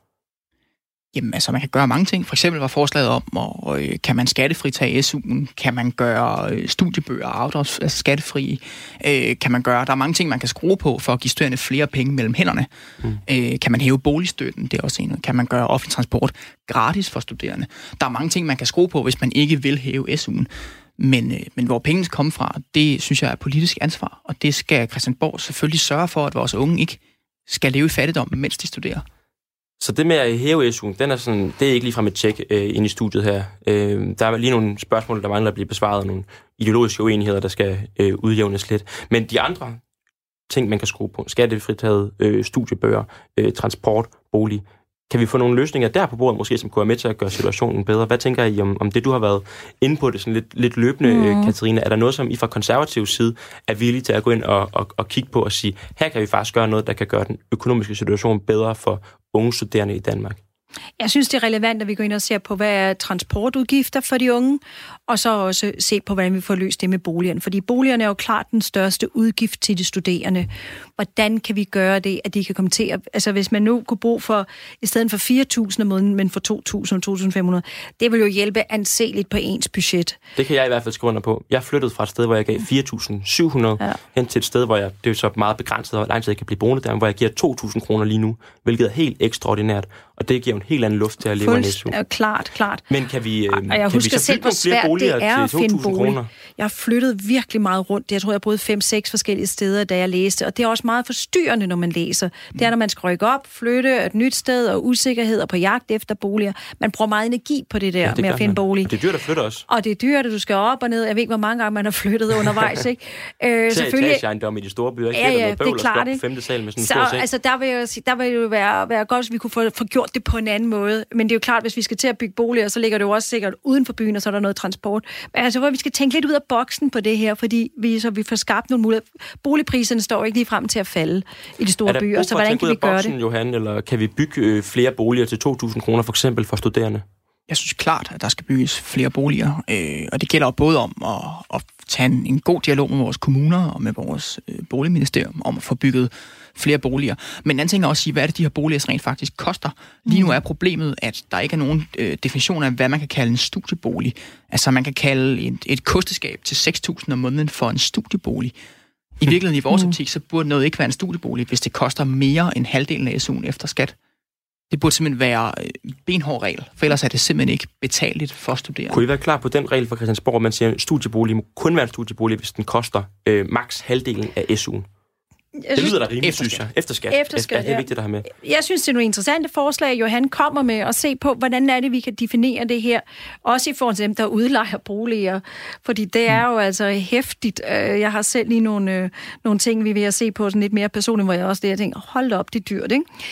Jamen, altså, man kan gøre mange ting. For eksempel var forslaget om, og, øh, kan man skattefritage S U'en? Kan man gøre øh, studiebøger og afdrags, altså skattefrie? Øh, kan man gøre... Der er mange ting, man kan skrue på for at give studerende flere penge mellem hænderne. Mm. Øh, kan man hæve boligstøtten? Det er også en. Kan man gøre offentlig transport gratis for studerende? Der er mange ting, man kan skrue på, hvis man ikke vil hæve S U'en. Men, øh, men hvor pengene kommer fra, det synes jeg er politisk ansvar. Og det skal Christiansborg selvfølgelig sørge for, at vores unge ikke skal leve i fattigdom, mens de studerer. Så det med at hæve S U'en, den er sådan, det er ikke ligefrem et tjek øh, ind i studiet her. Øh, der er lige nogle spørgsmål, der mangler at blive besvaret, og nogle ideologiske uenigheder, der skal øh, udjævnes lidt. Men de andre ting, man kan skrue på, skattefritaget, øh, studiebøger, øh, transport, bolig, kan vi få nogle løsninger der på bordet, måske, som kunne være med til at gøre situationen bedre? Hvad tænker I om, om det, du har været inde på det sådan lidt, lidt løbende, mm. øh, Katarina? Er der noget, som I fra konservativ side er villige til at gå ind og, og, og kigge på og sige, her kan vi faktisk gøre noget, der kan gøre den økonomiske situation bedre for unge studerende i Danmark? Jeg synes, det er relevant, at vi går ind og ser på, hvad er transportudgifter for de unge, og så også se på, hvordan vi får løst det med boligerne. Fordi boligerne er jo klart den største udgift til de studerende. Hvordan kan vi gøre det, at de kan komme til at... Altså, hvis man nu kunne bo for, i stedet for fire tusind om måneden, men for to tusind og to tusind fem hundrede, det vil jo hjælpe anseligt på ens budget. Det kan jeg i hvert fald skrive under på. Jeg flyttede fra et sted, hvor jeg gav fire tusind syv hundrede, ja. hen til et sted, hvor jeg, det er så meget begrænset, hvor lang tid jeg kan blive boende der, hvor jeg giver to tusind kroner lige nu, hvilket er helt ekstraordinært. Og det giver en helt anden luft til at leve en S U. Klart, klart. Men kan vi, og jeg kan husker vi så selv, hvor svært det er at finde bolig. Kroner? Jeg har flyttet virkelig meget rundt. Jeg tror, jeg boede fem, seks forskellige steder, da jeg læste. Og det er også meget forstyrrende, når man læser. Det er, når man skal rykke op, flytte et nyt sted og usikkerhed og på jagt efter boliger. Man bruger meget energi på det der ja, det med at finde man. bolig. Og det er dyrt at flytte også. Og det er dyrt, at du skal op og ned. Jeg ved ikke, hvor mange gange man har flyttet undervejs. Ikke? Øh, selvfølgelig. Etageejendom i de store byer. Ikke? Ja, ja, det er noget bøvl det er klart, at på femte sal med sådan en så, stor seng. altså, der vil jeg sige, der vil jo være, være godt, hvis vi kunne få, få gjort det på en anden måde. Men det er jo klart, hvis vi skal til at bygge boliger, så ligger det jo også sikkert uden for byen, og så er der noget transport. Men altså, hvor vi skal tænke lidt ud af boksen på det her, fordi vi, så vi får skabt nogle muligheder. Boligpriserne står ikke lige frem til at falde i de store byer, så hvordan kan vi gøre boksen, det? Johan, eller kan vi bygge øh, flere boliger til to tusind kroner, for eksempel for studerende? Jeg synes klart, at der skal bygges flere boliger, øh, og det gælder både om at, at tage en, en god dialog med vores kommuner og med vores øh, boligministerium om at få bygget flere boliger. Men en anden ting er også at sige, hvad er det, de her boliger rent faktisk koster. Lige nu er problemet, at der ikke er nogen øh, definition af, hvad man kan kalde en studiebolig. Altså man kan kalde et, et kosteskab til seks tusind om måneden for en studiebolig. I virkeligheden i vores optik, så burde noget ikke være en studiebolig, hvis det koster mere end halvdelen af S U'en efter skat. Det burde simpelthen være en benhård regel, for ellers er det simpelthen ikke betaleligt for studerende. Kunne I være klar på den regel for Christiansborg, at man siger, at studiebolig må kun være en studiebolig, hvis den koster øh, maks halvdelen af S U'en? Det lyder da rimeligt, synes jeg. Efter skat. Efter skat, ja, det er vigtigt at have med. Jeg synes, det er nogle interessante forslag, Johan kommer med, at se på, hvordan er det, vi kan definere det her. Også i forhold til dem, der udlejer boliger. Fordi det er jo altså hæftigt. Jeg har selv lige nogle, nogle ting, vi vil have se på sådan lidt mere personligt, hvor jeg også det, jeg tænker, hold op, det er dyrt,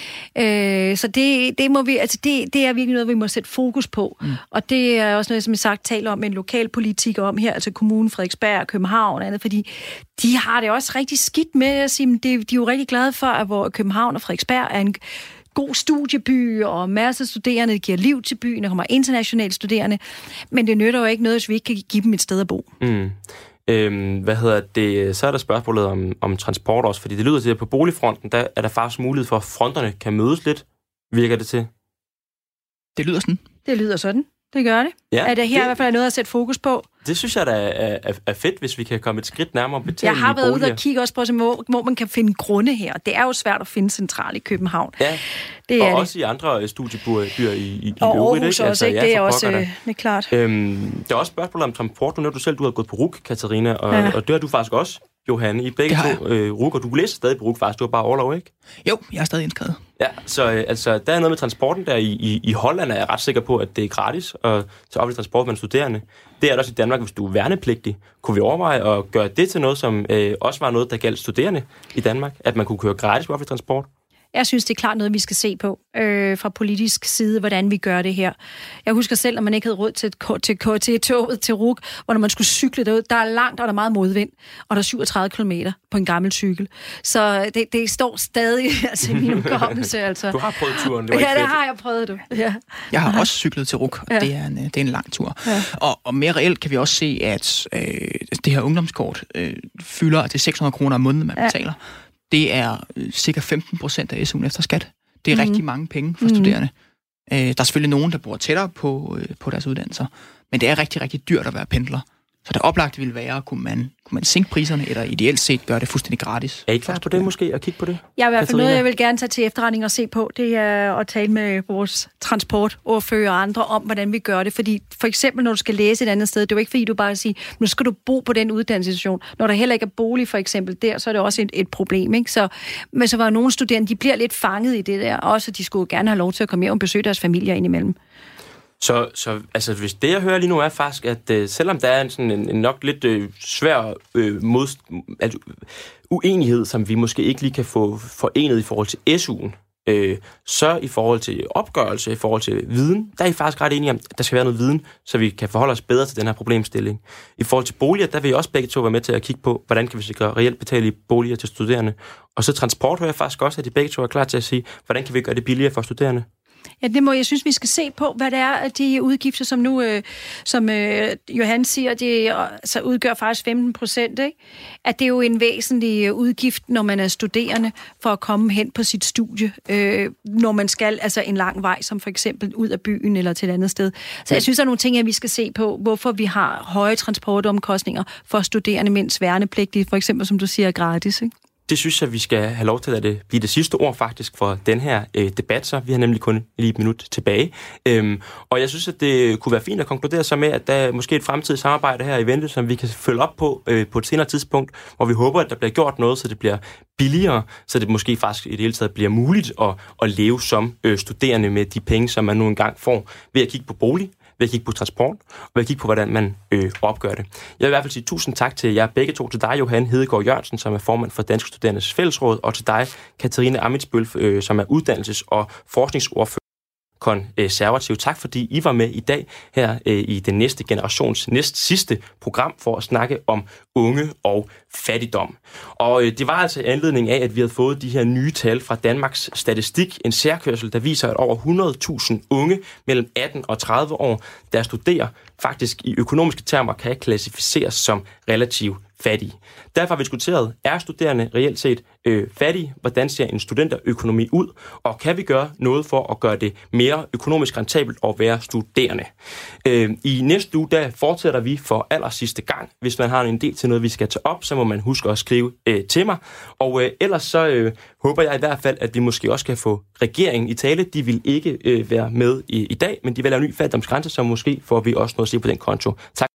ikke? Så det, det, må vi, altså det, det er virkelig noget, vi må sætte fokus på. Mm. Og det er også noget, som jeg sagt taler om med en lokalpolitiker om her, altså kommunen Frederiksberg, København og andet, fordi de har det også rigtig skidt med at sige, det, de er jo rigtig glade for, at hvor København og Frederiksberg er en god studieby, og masser af studerende, det giver liv til byen, der kommer internationale studerende, men det nytter jo ikke noget, hvis vi ikke kan give dem et sted at bo. Mm. Øhm, hvad hedder det? Så er der spørgsmålet om, om transport også, fordi det lyder til, at på boligfronten, der er der faktisk mulighed for, at fronterne kan mødes lidt. Virker det til? Det lyder sådan. Det lyder sådan. Det gør det. Ja, er det her det, i hvert fald noget at sætte fokus på? Det synes jeg da er, er, er fedt, hvis vi kan komme et skridt nærmere betale. Jeg har været ude og kigge også på, hvor, hvor man kan finde grunde her. Det er jo svært at finde centralt i København. Ja, det og er også det. I andre studiebyer i, i, i og Aarhus ikke? også, altså, ikke? Ja, det er også det er klart. Øhm, der er også spørgsmål om transport. Nu når du selv du har gået på R U C, Katarina, og, ja. og det har du faktisk også, Johan. I begge to øh, R U C, og du læser stadig på R U C faktisk. Du har bare overlov, ikke? Jo, jeg er stadig indskrevet. Ja, så øh, altså, der er noget med transporten der i, i, i Holland, er jeg ret sikker på, at det er gratis at tage offentlig transport med studerende. Det er det også i Danmark, hvis du er værnepligtig. Kunne vi overveje at gøre det til noget, som øh, også var noget, der galt studerende i Danmark? At man kunne køre gratis på offentlig transport? Jeg synes, det er klart noget, vi skal se på øh, fra politisk side, hvordan vi gør det her. Jeg husker selv, når man ikke havde råd til, til, til, til toget til R U C, hvor når man skulle cykle derud, der er langt, og der er meget modvind, og der er syvogtredive kilometer på en gammel cykel. Så det, det står stadig altså, i min udkommelse. Altså. Du har prøvet turen, det var Ja, ikke det har jeg prøvet, du. Ja. Jeg har også cyklet til R U C, og ja. det, er en, det er en lang tur. Ja. Og, og mere reelt kan vi også se, at øh, det her ungdomskort øh, fylder til seks hundrede kroner om måneden, man betaler. Ja. Det er cirka femten procent af S U'en efter skat. Det er mm. rigtig mange penge for mm. studerende. Øh, der er selvfølgelig nogen, der bor tættere på, øh, på deres uddannelser, men det er rigtig, rigtig dyrt at være pendler. Så det oplagte ville være, kunne man, kunne man sænke priserne, eller ideelt set gøre det fuldstændig gratis. Er I klar på det måske, at kigge på det? Jeg er i hvert fald noget, jeg vil gerne tage til efterretning og se på. Det er at tale med vores transportordfører og andre om, hvordan vi gør det. Fordi for eksempel, når du skal læse et andet sted, det er jo ikke fordi, du bare siger, nu skal du bo på den uddannelsesinstitution. Når der heller ikke er bolig, for eksempel, der, så er det også et, et problem. Ikke? Så, men så var nogle studerende, de bliver lidt fanget i det der. Også, de skulle gerne have lov til at komme hjem og besøge deres familier indimellem. Så, så altså, hvis det, jeg hører lige nu, er faktisk, at øh, selvom der er en, sådan en, en nok lidt øh, svær øh, mod, altså, uenighed, som vi måske ikke lige kan få forenet i forhold til S U'en, øh, så i forhold til opgørelse, i forhold til viden, der er I faktisk ret enige om, at der skal være noget viden, så vi kan forholde os bedre til den her problemstilling. I forhold til boliger, der vil jeg også begge to være med til at kigge på, hvordan kan vi sikre reelt betale boliger til studerende. Og så transport hører jeg faktisk også, at de begge to er klar til at sige, hvordan kan vi gøre det billigere for studerende. Ja, det må jeg synes, vi skal se på, hvad det er, de udgifter, som nu, øh, som øh, Johan siger, det altså, udgør faktisk femten procent, ikke? At det er jo en væsentlig udgift, når man er studerende, for at komme hen på sit studie, øh, når man skal altså en lang vej, som for eksempel ud af byen eller til et andet sted. Så jeg synes, der er nogle ting, at vi skal se på, hvorfor vi har høje transportomkostninger for studerende, mens værnepligtige, for eksempel, som du siger, er gratis, ikke? Det synes jeg, vi skal have lov til at det blive det sidste ord faktisk for den her øh, debat, så vi har nemlig kun lige et minut tilbage. Øhm, og jeg synes, at det kunne være fint at konkludere så med, at der er måske et fremtidigt samarbejde her i vente, som vi kan følge op på øh, på et senere tidspunkt, hvor vi håber, at der bliver gjort noget, så det bliver billigere, så det måske faktisk i det hele taget bliver muligt at, at leve som øh, studerende med de penge, som man nu engang får ved at kigge på bolig, ved at kigge på transport, og ved at kigge på, hvordan man øh, opgør det. Jeg vil i hvert fald sige tusind tak til jer begge to, til dig, Johan Hedegaard Jørgensen, som er formand for Danske Studerendes Fællesråd, og til dig, Katarina Amitsbøl, øh, som er uddannelses- og forskningsordfører konservativ. Tak fordi I var med i dag her øh, i den næste generations næst sidste program for at snakke om unge og fattigdom. Og øh, det var altså i anledning af, at vi havde fået de her nye tal fra Danmarks Statistik, en særkørsel, der viser, at over hundrede tusind unge mellem atten og tredive år, der studerer, faktisk i økonomiske termer kan klassificeres som relativt fattige. Derfor har vi diskuteret, er studerende reelt set øh, fattige? Hvordan ser en studenterøkonomi ud? Og kan vi gøre noget for at gøre det mere økonomisk rentabelt at være studerende? Øh, I næste uge, der fortsætter vi for aller sidste gang. Hvis man har en idé til noget, vi skal tage op, så må man huske at skrive øh, til mig. Og øh, ellers så øh, håber jeg i hvert fald, at vi måske også kan få regeringen i tale. De vil ikke øh, være med i, i dag, men de vil lave en ny fattigdomsgrænse, så måske får vi også noget at se på den konto. Tak.